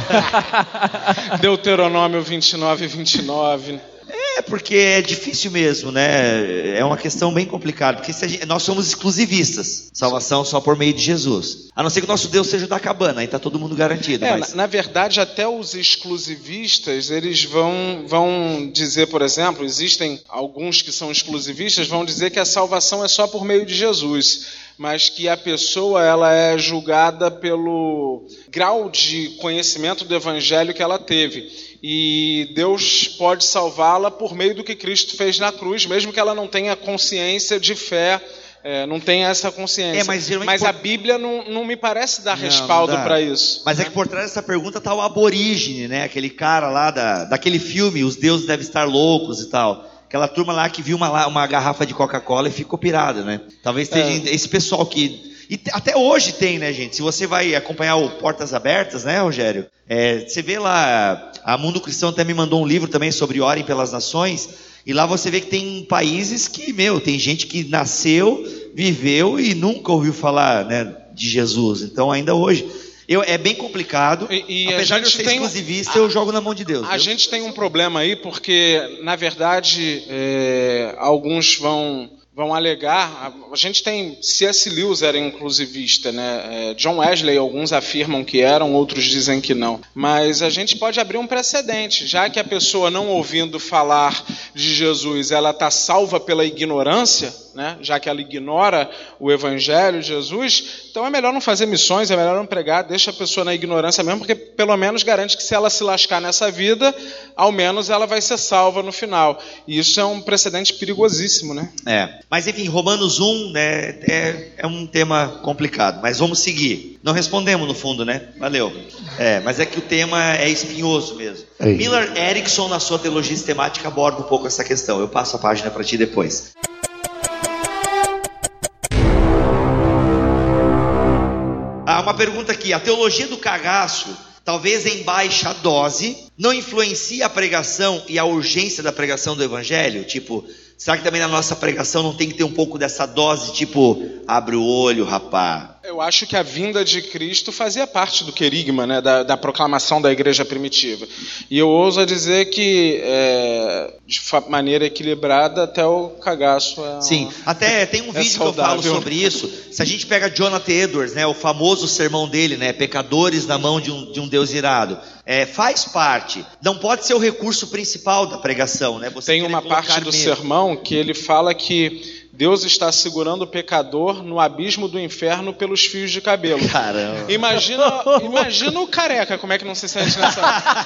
Deuteronômio 29:29. Porque é difícil mesmo, né? É uma questão bem complicada, porque nós somos exclusivistas. Salvação só por meio de Jesus. A não ser que o nosso Deus seja da cabana, aí está todo mundo garantido. Na verdade, até os exclusivistas, eles vão dizer, por exemplo, existem alguns que são exclusivistas, vão dizer que a salvação é só por meio de Jesus. mas que a pessoa ela é julgada pelo grau de conhecimento do evangelho que ela teve. E Deus pode salvá-la por meio do que Cristo fez na cruz, mesmo que ela não tenha consciência de fé, não tenha essa consciência. Mas a Bíblia não me parece dar respaldo para isso. Mas é que por trás dessa pergunta está o aborígene, né? Aquele cara lá daquele filme, Os Deuses Devem Estar Loucos e tal. Aquela turma lá que viu uma garrafa de Coca-Cola e ficou pirada, né? Talvez tenha esse pessoal que... E até hoje tem, né, gente? Se você vai acompanhar o Portas Abertas, né, Rogério? Você vê lá, a Mundo Cristão até me mandou um livro também sobre Orem pelas Nações, e lá você vê que tem países que, tem gente que nasceu, viveu e nunca ouviu falar, né, de Jesus. Então, ainda hoje... é bem complicado, e apesar de eu ser exclusivista, eu jogo na mão de Deus. A gente tem um problema aí, porque, na verdade, alguns vão alegar... A gente tem... C.S. Lewis era inclusivista, né? John Wesley, alguns afirmam que eram, outros dizem que não. Mas a gente pode abrir um precedente, já que a pessoa não ouvindo falar de Jesus, ela está salva pela ignorância, né? Já que ela ignora o evangelho de Jesus, então é melhor não fazer missões, é melhor não pregar, deixa a pessoa na ignorância mesmo, porque pelo menos garante que se ela se lascar nessa vida, ao menos ela vai ser salva no final. E isso é um precedente perigosíssimo, né? Mas enfim, Romanos 1, né, é um tema complicado, mas vamos seguir. Não respondemos no fundo, né? Valeu. Mas é que o tema é espinhoso mesmo. Miller Erickson, na sua teologia sistemática, aborda um pouco essa questão. Eu passo a página para ti depois. Uma pergunta aqui. A teologia do cagaço, talvez em baixa dose, não influencia a pregação e a urgência da pregação do evangelho? Tipo, será que também na nossa pregação não tem que ter um pouco dessa dose, tipo, abre o olho, rapá? Eu acho que a vinda de Cristo fazia parte do querigma, né, da proclamação da igreja primitiva. E eu ouso dizer que, de maneira equilibrada, até o cagaço Sim, até tem um vídeo saudável. Que eu falo sobre isso. Se a gente pega Jonathan Edwards, né, o famoso sermão dele, né, Pecadores na mão de um Deus irado, faz parte. Não pode ser o recurso principal da pregação, né? Tem uma parte do sermão que ele fala que Deus está segurando o pecador no abismo do inferno pelos fios de cabelo. Caramba. Imagina o careca, como é que não se sente nessa...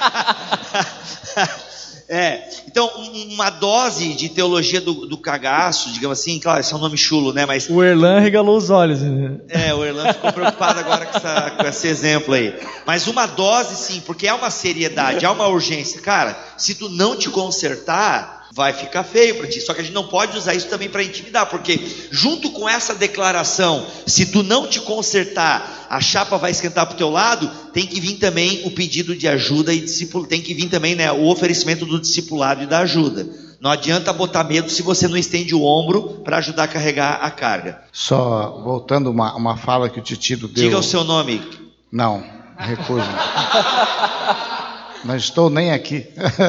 Então, uma dose de teologia do cagaço, digamos assim, claro, esse é um nome chulo, né? Mas o Erlan regalou os olhos. O Erlan ficou preocupado agora com esse exemplo aí. Mas uma dose, sim, porque há uma seriedade, há uma urgência. Cara, se tu não te consertar, vai ficar feio para ti. Só que a gente não pode usar isso também para intimidar, porque junto com essa declaração, se tu não te consertar, a chapa vai esquentar pro teu lado, tem que vir também o pedido de ajuda e discípulo, tem que vir também, né, o oferecimento do discipulado e da ajuda. Não adianta botar medo se você não estende o ombro para ajudar a carregar a carga. Só voltando uma fala que o Titiro deu. Diga o seu nome. Não, recuso. Não estou nem aqui.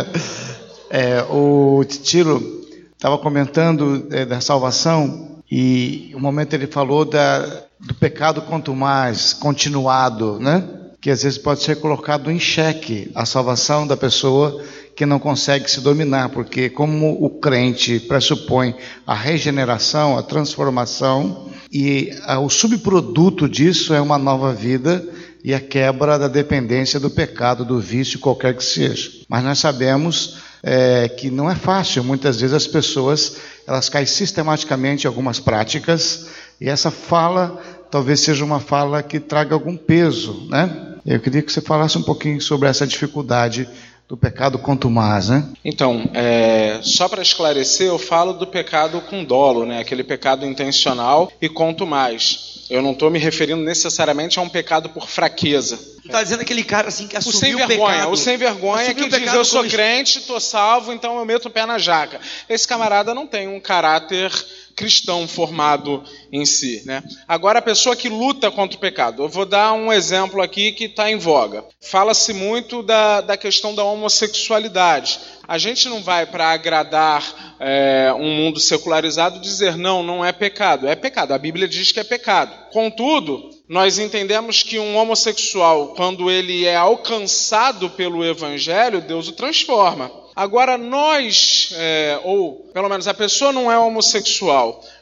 O Titiro estava comentando da salvação, e um momento ele falou do pecado quanto mais continuado, né? Que às vezes pode ser colocado em xeque a salvação da pessoa que não consegue se dominar, porque como o crente pressupõe a regeneração, a transformação, e o subproduto disso é uma nova vida e a quebra da dependência do pecado, do vício, qualquer que seja. Mas nós sabemos que não é fácil. Muitas vezes as pessoas elas caem sistematicamente em algumas práticas, e essa fala talvez seja uma fala que traga algum peso, né? Eu queria que você falasse um pouquinho sobre essa dificuldade do pecado contumaz, né? Então, só para esclarecer, eu falo do pecado com dolo, né? Aquele pecado intencional e contumaz. Eu não estou me referindo necessariamente a um pecado por fraqueza. Tu está dizendo aquele cara assim que assumiu o pecado. O sem vergonha que diz, eu sou crente, estou salvo, então eu meto o pé na jaca. Esse camarada não tem um caráter cristão formado em si, né? Agora, a pessoa que luta contra o pecado. Eu vou dar um exemplo aqui que está em voga. Fala-se muito da questão da homossexualidade. A gente não vai, para agradar um mundo secularizado, dizer não é pecado. É pecado, a Bíblia diz que é pecado. Contudo, nós entendemos que um homossexual, quando ele é alcançado pelo Evangelho, Deus o transforma. Agora nós, ou pelo menos a pessoa não é homossexual,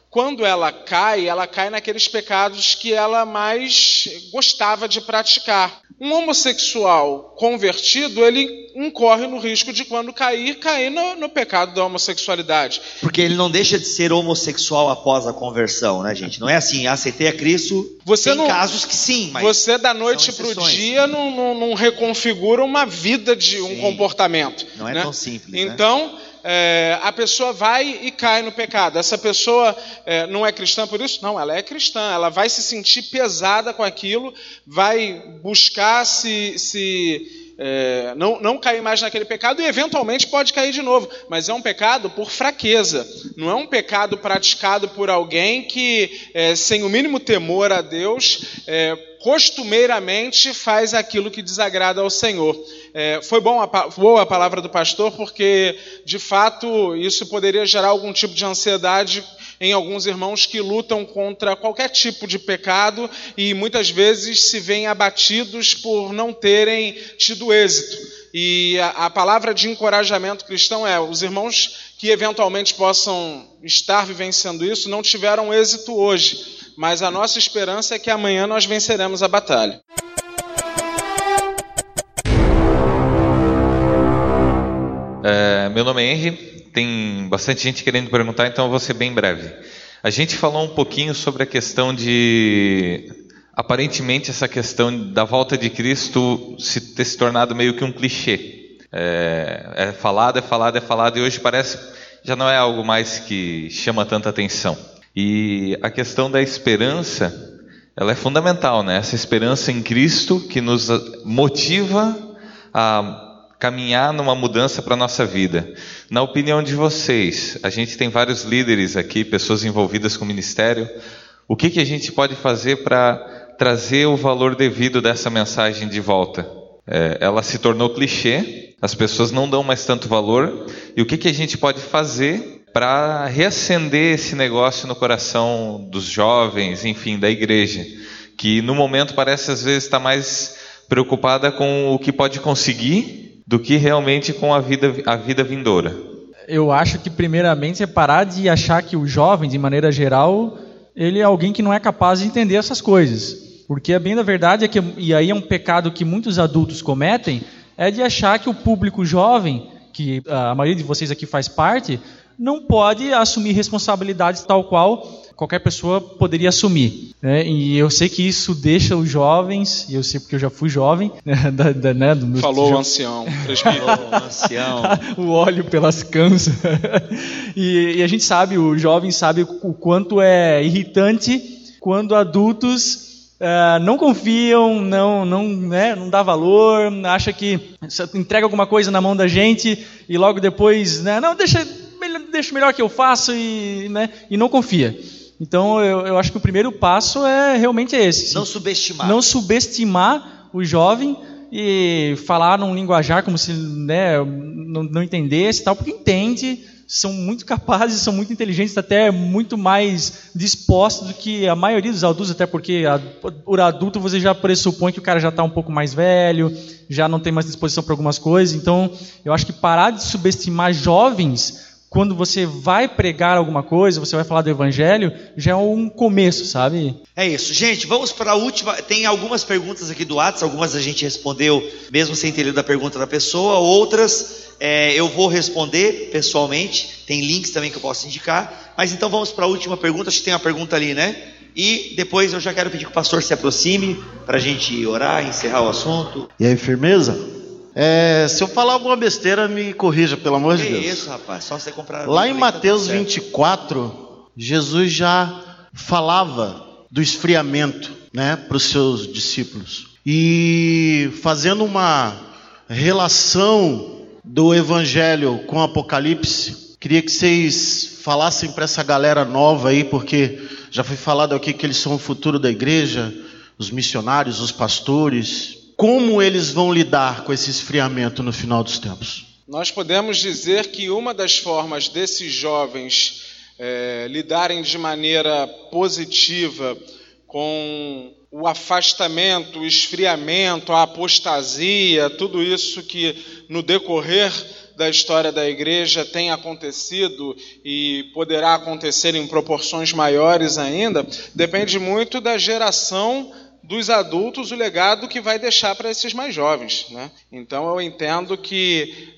quando ela cai naqueles pecados que ela mais gostava de praticar. Um homossexual convertido, ele incorre no risco de, quando cair no pecado da homossexualidade. Porque ele não deixa de ser homossexual após a conversão, né, gente? Não é assim, aceitei a Cristo, tem casos que sim, mas você da noite para o dia não reconfigura uma vida de um comportamento. Não é, né, tão simples, então, a pessoa vai e cai no pecado. Essa pessoa não é cristã por isso? Não, ela é cristã. Ela vai se sentir pesada com aquilo, vai buscar não cair mais naquele pecado e eventualmente pode cair de novo. Mas é um pecado por fraqueza. Não é um pecado praticado por alguém que, sem o mínimo temor a Deus, costumeiramente faz aquilo que desagrada ao Senhor. Foi boa a palavra do pastor, porque, de fato, isso poderia gerar algum tipo de ansiedade em alguns irmãos que lutam contra qualquer tipo de pecado e muitas vezes se veem abatidos por não terem tido êxito. E a palavra de encorajamento cristão é: os irmãos que eventualmente possam estar vivenciando isso não tiveram êxito hoje, mas a nossa esperança é que amanhã nós venceremos a batalha. Meu nome é Henry. Tem bastante gente querendo perguntar, então eu vou ser bem breve. A gente falou um pouquinho sobre a questão de... Aparentemente, essa questão da volta de Cristo ter se tornado meio que um clichê. É falado, e hoje parece já não é algo mais que chama tanta atenção. E a questão da esperança, ela é fundamental, né? Essa esperança em Cristo que nos motiva a caminhar numa mudança para a nossa vida. Na opinião de vocês, a gente tem vários líderes aqui, pessoas envolvidas com o ministério. O que a gente pode fazer para trazer o valor devido dessa mensagem de volta? Ela se tornou clichê, as pessoas não dão mais tanto valor. E o que a gente pode fazer para reacender esse negócio no coração dos jovens, enfim, da igreja, que no momento parece às vezes estar mais preocupada com o que pode conseguir do que realmente com a vida vindoura? Eu acho que primeiramente é parar de achar que o jovem, de maneira geral, ele é alguém que não é capaz de entender essas coisas. Porque a bem da verdade é que, e aí é um pecado que muitos adultos cometem, é de achar que o público jovem, que a maioria de vocês aqui faz parte, não pode assumir responsabilidades tal qual qualquer pessoa poderia assumir, né? E eu sei que isso deixa os jovens, e eu sei porque eu já fui jovem, né, do meu Falou o ancião, o óleo pelas cãs. E a gente sabe, o jovem sabe o quanto é irritante quando adultos não confiam, não dá valor, acha que entrega alguma coisa na mão da gente e logo depois, né, não, deixa melhor que eu faço e não confia. Então eu acho que o primeiro passo é realmente esse. Não subestimar. Não subestimar o jovem e falar num linguajar como se não entendesse, tal, porque entende, são muito capazes, são muito inteligentes, até muito mais dispostos do que a maioria dos adultos, até porque por adulto você já pressupõe que o cara já está um pouco mais velho, já não tem mais disposição para algumas coisas. Então eu acho que parar de subestimar jovens quando você vai pregar alguma coisa, você vai falar do evangelho, já é um começo, sabe? É isso. Gente, vamos para a última. Tem algumas perguntas aqui do WhatsApp, algumas a gente respondeu mesmo sem ter lido a pergunta da pessoa, outras eu vou responder pessoalmente, tem links também que eu posso indicar, mas então vamos para a última pergunta, acho que tem uma pergunta ali, né? E depois eu já quero pedir que o pastor se aproxime para a gente orar, encerrar o assunto. E aí, firmeza? Se eu falar alguma besteira, me corrija, pelo amor de Deus. Que isso, rapaz, só você comprar. Lá em Mateus 24, Jesus já falava do esfriamento, né, para os seus discípulos. E fazendo uma relação do Evangelho com o Apocalipse, queria que vocês falassem para essa galera nova aí, porque já foi falado aqui que eles são o futuro da igreja, os missionários, os pastores. Como eles vão lidar com esse esfriamento no final dos tempos? Nós podemos dizer que uma das formas desses jovens lidarem de maneira positiva com o afastamento, o esfriamento, a apostasia, tudo isso que no decorrer da história da igreja tem acontecido e poderá acontecer em proporções maiores ainda, depende muito da geração dos adultos, o legado que vai deixar para esses mais jovens, né? Então eu entendo que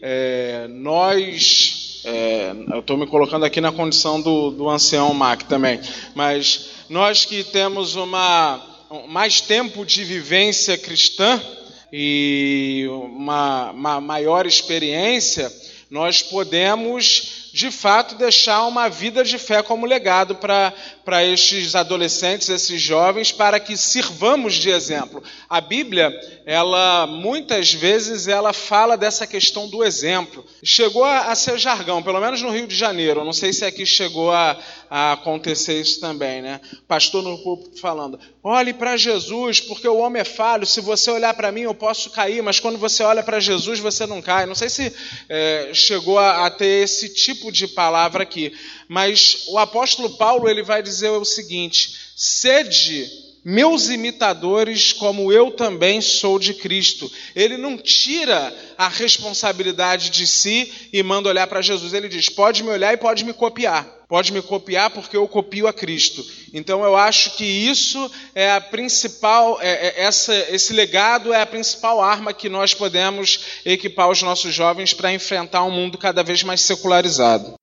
eu estou me colocando aqui na condição do ancião Mac também, mas nós que temos mais tempo de vivência cristã e uma maior experiência, nós podemos de fato deixar uma vida de fé como legado para estes adolescentes, esses jovens, para que sirvamos de exemplo. A Bíblia, muitas vezes, ela fala dessa questão do exemplo. Chegou a ser jargão, pelo menos no Rio de Janeiro. Não sei se aqui chegou a acontecer isso também, né? Pastor no púlpito falando: olhe para Jesus, porque o homem é falho. Se você olhar para mim, eu posso cair, mas quando você olha para Jesus, você não cai. Não sei se chegou a ter esse tipo de palavra aqui, mas o apóstolo Paulo, ele vai dizer o seguinte: sede meus imitadores, como eu também sou de Cristo. Ele não tira a responsabilidade de si e manda olhar para Jesus. Ele diz: pode me olhar e pode me copiar. Pode me copiar porque eu copio a Cristo. Então eu acho que isso é a principal, esse legado é a principal arma que nós podemos equipar os nossos jovens para enfrentar um mundo cada vez mais secularizado.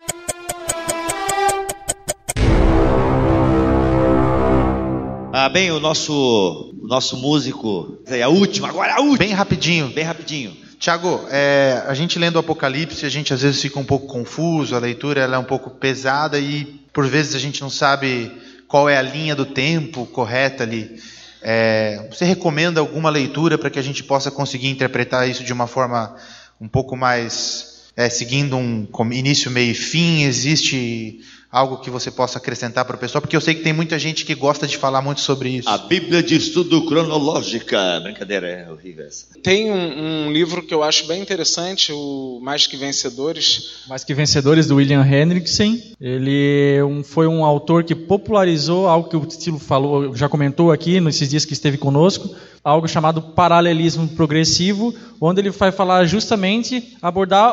Bem, o nosso músico, agora a última. Bem rapidinho. Tiago, a gente lendo o Apocalipse, a gente às vezes fica um pouco confuso, a leitura ela é um pouco pesada e por vezes a gente não sabe qual é a linha do tempo correta ali. Você recomenda alguma leitura para que a gente possa conseguir interpretar isso de uma forma um pouco mais, seguindo um início, meio e fim? Existe algo que você possa acrescentar para o pessoal? Porque eu sei que tem muita gente que gosta de falar muito sobre isso. A Bíblia de Estudo Cronológica. Brincadeira, é horrível essa. Tem um livro que eu acho bem interessante, o Mais Que Vencedores. Mais Que Vencedores, do William Hendrickson. Ele foi um autor que popularizou algo que o Tilo falou, já comentou aqui nesses dias que esteve conosco, algo chamado paralelismo progressivo, onde ele vai falar justamente, abordar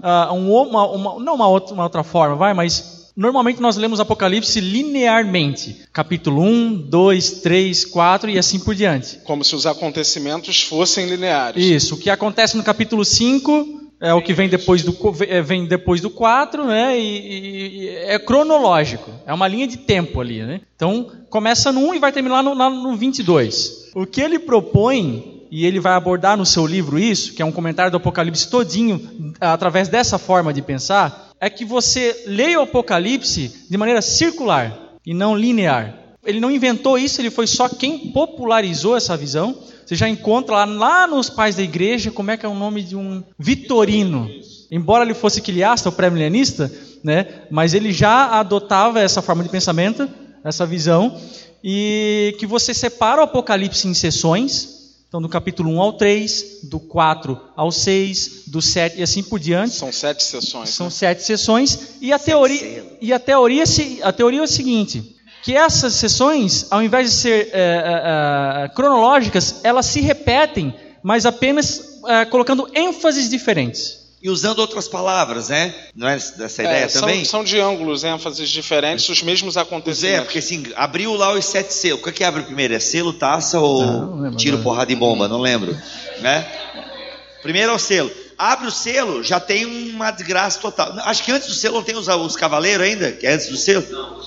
uma outra forma, mas normalmente nós lemos Apocalipse linearmente, capítulo 1, 2, 3, 4 e assim por diante. Como se os acontecimentos fossem lineares. Isso, o que acontece no capítulo 5 é o que vem depois do 4, né? E é cronológico, é uma linha de tempo ali, né? Então começa no 1 e vai terminar no 22. O que ele propõe, e ele vai abordar no seu livro isso, que é um comentário do Apocalipse todinho, através dessa forma de pensar, é que você leia o Apocalipse de maneira circular e não linear. Ele não inventou isso, ele foi só quem popularizou essa visão. Você já encontra lá nos pais da igreja, como é que é o nome de um Vitorino. Embora ele fosse quiliasta ou pré-milenista, né, mas ele já adotava essa forma de pensamento, essa visão, e que você separa o Apocalipse em seções. Então, do capítulo 1 ao 3, do 4 ao 6, do 7 e assim por diante. São 7 sessões. São 7 sessões. E a teoria é o seguinte, que essas sessões, ao invés de ser cronológicas, elas se repetem, mas apenas colocando ênfases diferentes. E usando outras palavras, né? Não é dessa ideia também? São de ângulos, ênfases diferentes, os mesmos acontecimentos. Porque assim, abriu lá os 7 selos. O que abre primeiro? É selo, taça ou tiro, porrada e bomba? Não lembro. Né? Primeiro é o selo. Abre o selo, já tem uma desgraça total. Acho que antes do selo não tem os cavaleiros ainda? Que é antes do selo? Não,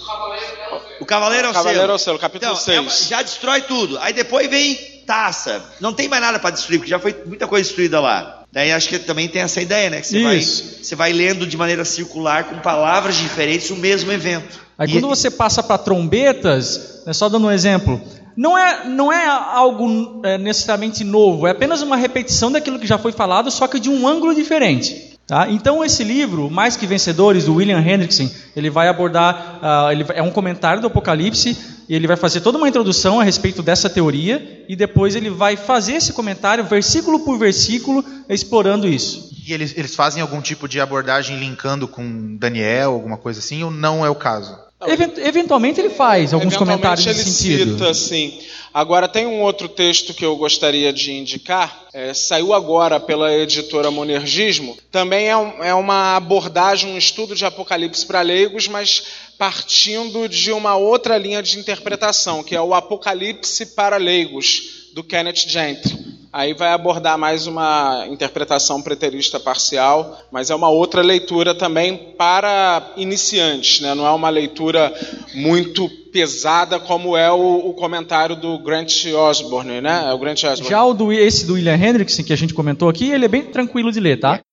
o cavaleiro é o selo. O cavaleiro é o selo, capítulo 6. Já destrói tudo. Aí depois vem taça. Não tem mais nada para destruir, porque já foi muita coisa destruída lá. Daí acho que também tem essa ideia, né? Que você vai lendo de maneira circular, com palavras diferentes, o mesmo evento. Aí quando você passa para trombetas, só dando um exemplo, não é algo necessariamente novo, é apenas uma repetição daquilo que já foi falado, só que de um ângulo diferente. Tá? Então esse livro, Mais Que Vencedores, do William Hendrickson, ele vai abordar, é um comentário do Apocalipse, e ele vai fazer toda uma introdução a respeito dessa teoria, e depois ele vai fazer esse comentário, versículo por versículo, explorando isso. E eles fazem algum tipo de abordagem linkando com Daniel, alguma coisa assim, ou não é o caso? Eventualmente ele faz alguns comentários nesse sentido. Cita, sim. Agora, tem um outro texto que eu gostaria de indicar, saiu agora pela editora Monergismo, também é uma abordagem, um estudo de Apocalipse para leigos, mas partindo de uma outra linha de interpretação, que é o Apocalipse para leigos, do Kenneth Gentry. Aí vai abordar mais uma interpretação preterista parcial, mas é uma outra leitura também para iniciantes, né? Não é uma leitura muito pesada como é o comentário do Grant Osborne, né? É o Grant Osborne. Já esse do William Hendrickson, que a gente comentou aqui, ele é bem tranquilo de ler, tá?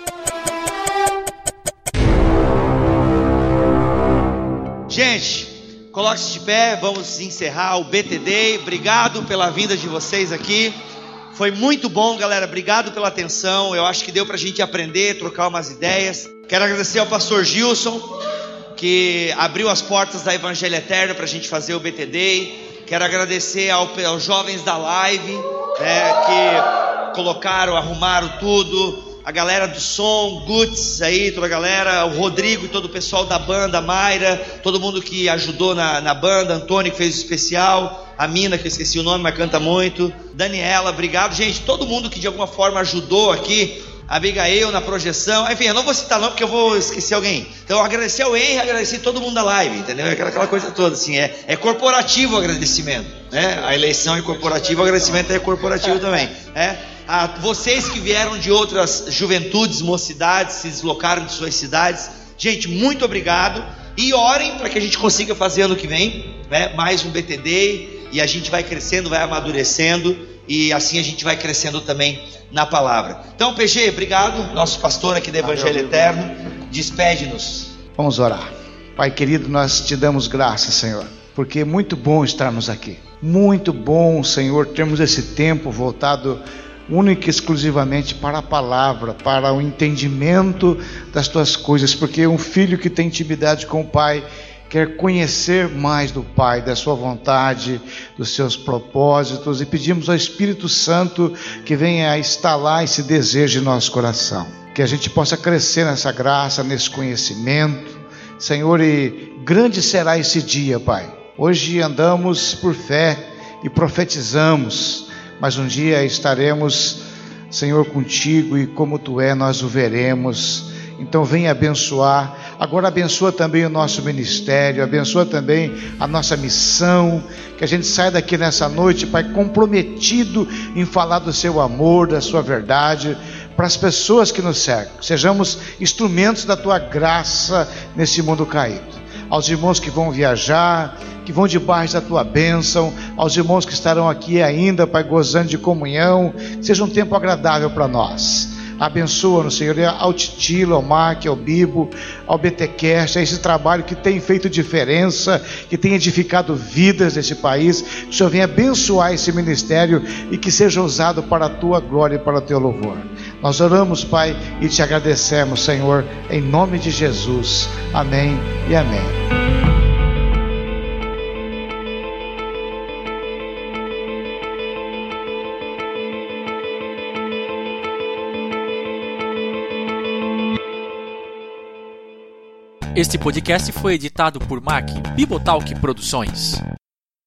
Gente, coloque-se de pé, vamos encerrar o BTD. Obrigado pela vinda de vocês aqui. Foi muito bom, galera. Obrigado pela atenção. Eu acho que deu pra gente aprender, trocar umas ideias. Quero agradecer ao pastor Gilson, que abriu as portas da Evangelho Eterno pra gente fazer o BTD. Quero agradecer aos jovens da live, que colocaram, arrumaram tudo. A galera do som, Guts aí, toda a galera, o Rodrigo e todo o pessoal da banda, a Mayra, todo mundo que ajudou na banda, Antônio que fez o especial, a Mina, que eu esqueci o nome, mas canta muito, Daniela, obrigado, gente, todo mundo que de alguma forma ajudou aqui, a Abigail na projeção, enfim, eu não vou citar não porque eu vou esquecer alguém. Então agradecer ao Henry, agradecer todo mundo da live, entendeu? Aquela coisa toda, assim, é corporativo o agradecimento, né? A eleição é corporativa, o agradecimento é corporativo também, né? A vocês que vieram de outras juventudes, mocidades, se deslocaram de suas cidades, gente, muito obrigado, e orem para que a gente consiga fazer ano que vem, né, mais um BTD, e a gente vai crescendo, vai amadurecendo, e assim a gente vai crescendo também na palavra. Então, PG, obrigado, nosso pastor aqui do Evangelho Eterno, despede-nos. Vamos orar. Pai querido, nós te damos graças, Senhor, porque é muito bom estarmos aqui, muito bom, Senhor, termos esse tempo voltado única e exclusivamente para a palavra, para o entendimento das tuas coisas, porque um filho que tem intimidade com o Pai quer conhecer mais do Pai, da sua vontade, dos seus propósitos, e pedimos ao Espírito Santo que venha a instalar esse desejo em nosso coração, que a gente possa crescer nessa graça, nesse conhecimento, Senhor, e grande será esse dia, Pai. Hoje andamos por fé e profetizamos, mas um dia estaremos, Senhor, contigo, e como tu é, nós o veremos. Então venha abençoar. Agora abençoa também o nosso ministério, abençoa também a nossa missão, que a gente saia daqui nessa noite, Pai, comprometido em falar do seu amor, da sua verdade, para as pessoas que nos cercam. Sejamos instrumentos da tua graça nesse mundo caído. Aos irmãos que vão viajar, que vão debaixo da tua bênção, aos irmãos que estarão aqui ainda, Pai, gozando de comunhão, seja um tempo agradável para nós. Abençoa-nos, Senhor, ao Titilo, ao Mark, ao Bibo, ao BTcast, a esse trabalho que tem feito diferença, que tem edificado vidas desse país. Que o Senhor venha abençoar esse ministério e que seja usado para a tua glória e para o teu louvor. Nós oramos, Pai, e te agradecemos, Senhor, em nome de Jesus. Amém e amém. Este podcast foi editado por Mac Bibotalk Produções.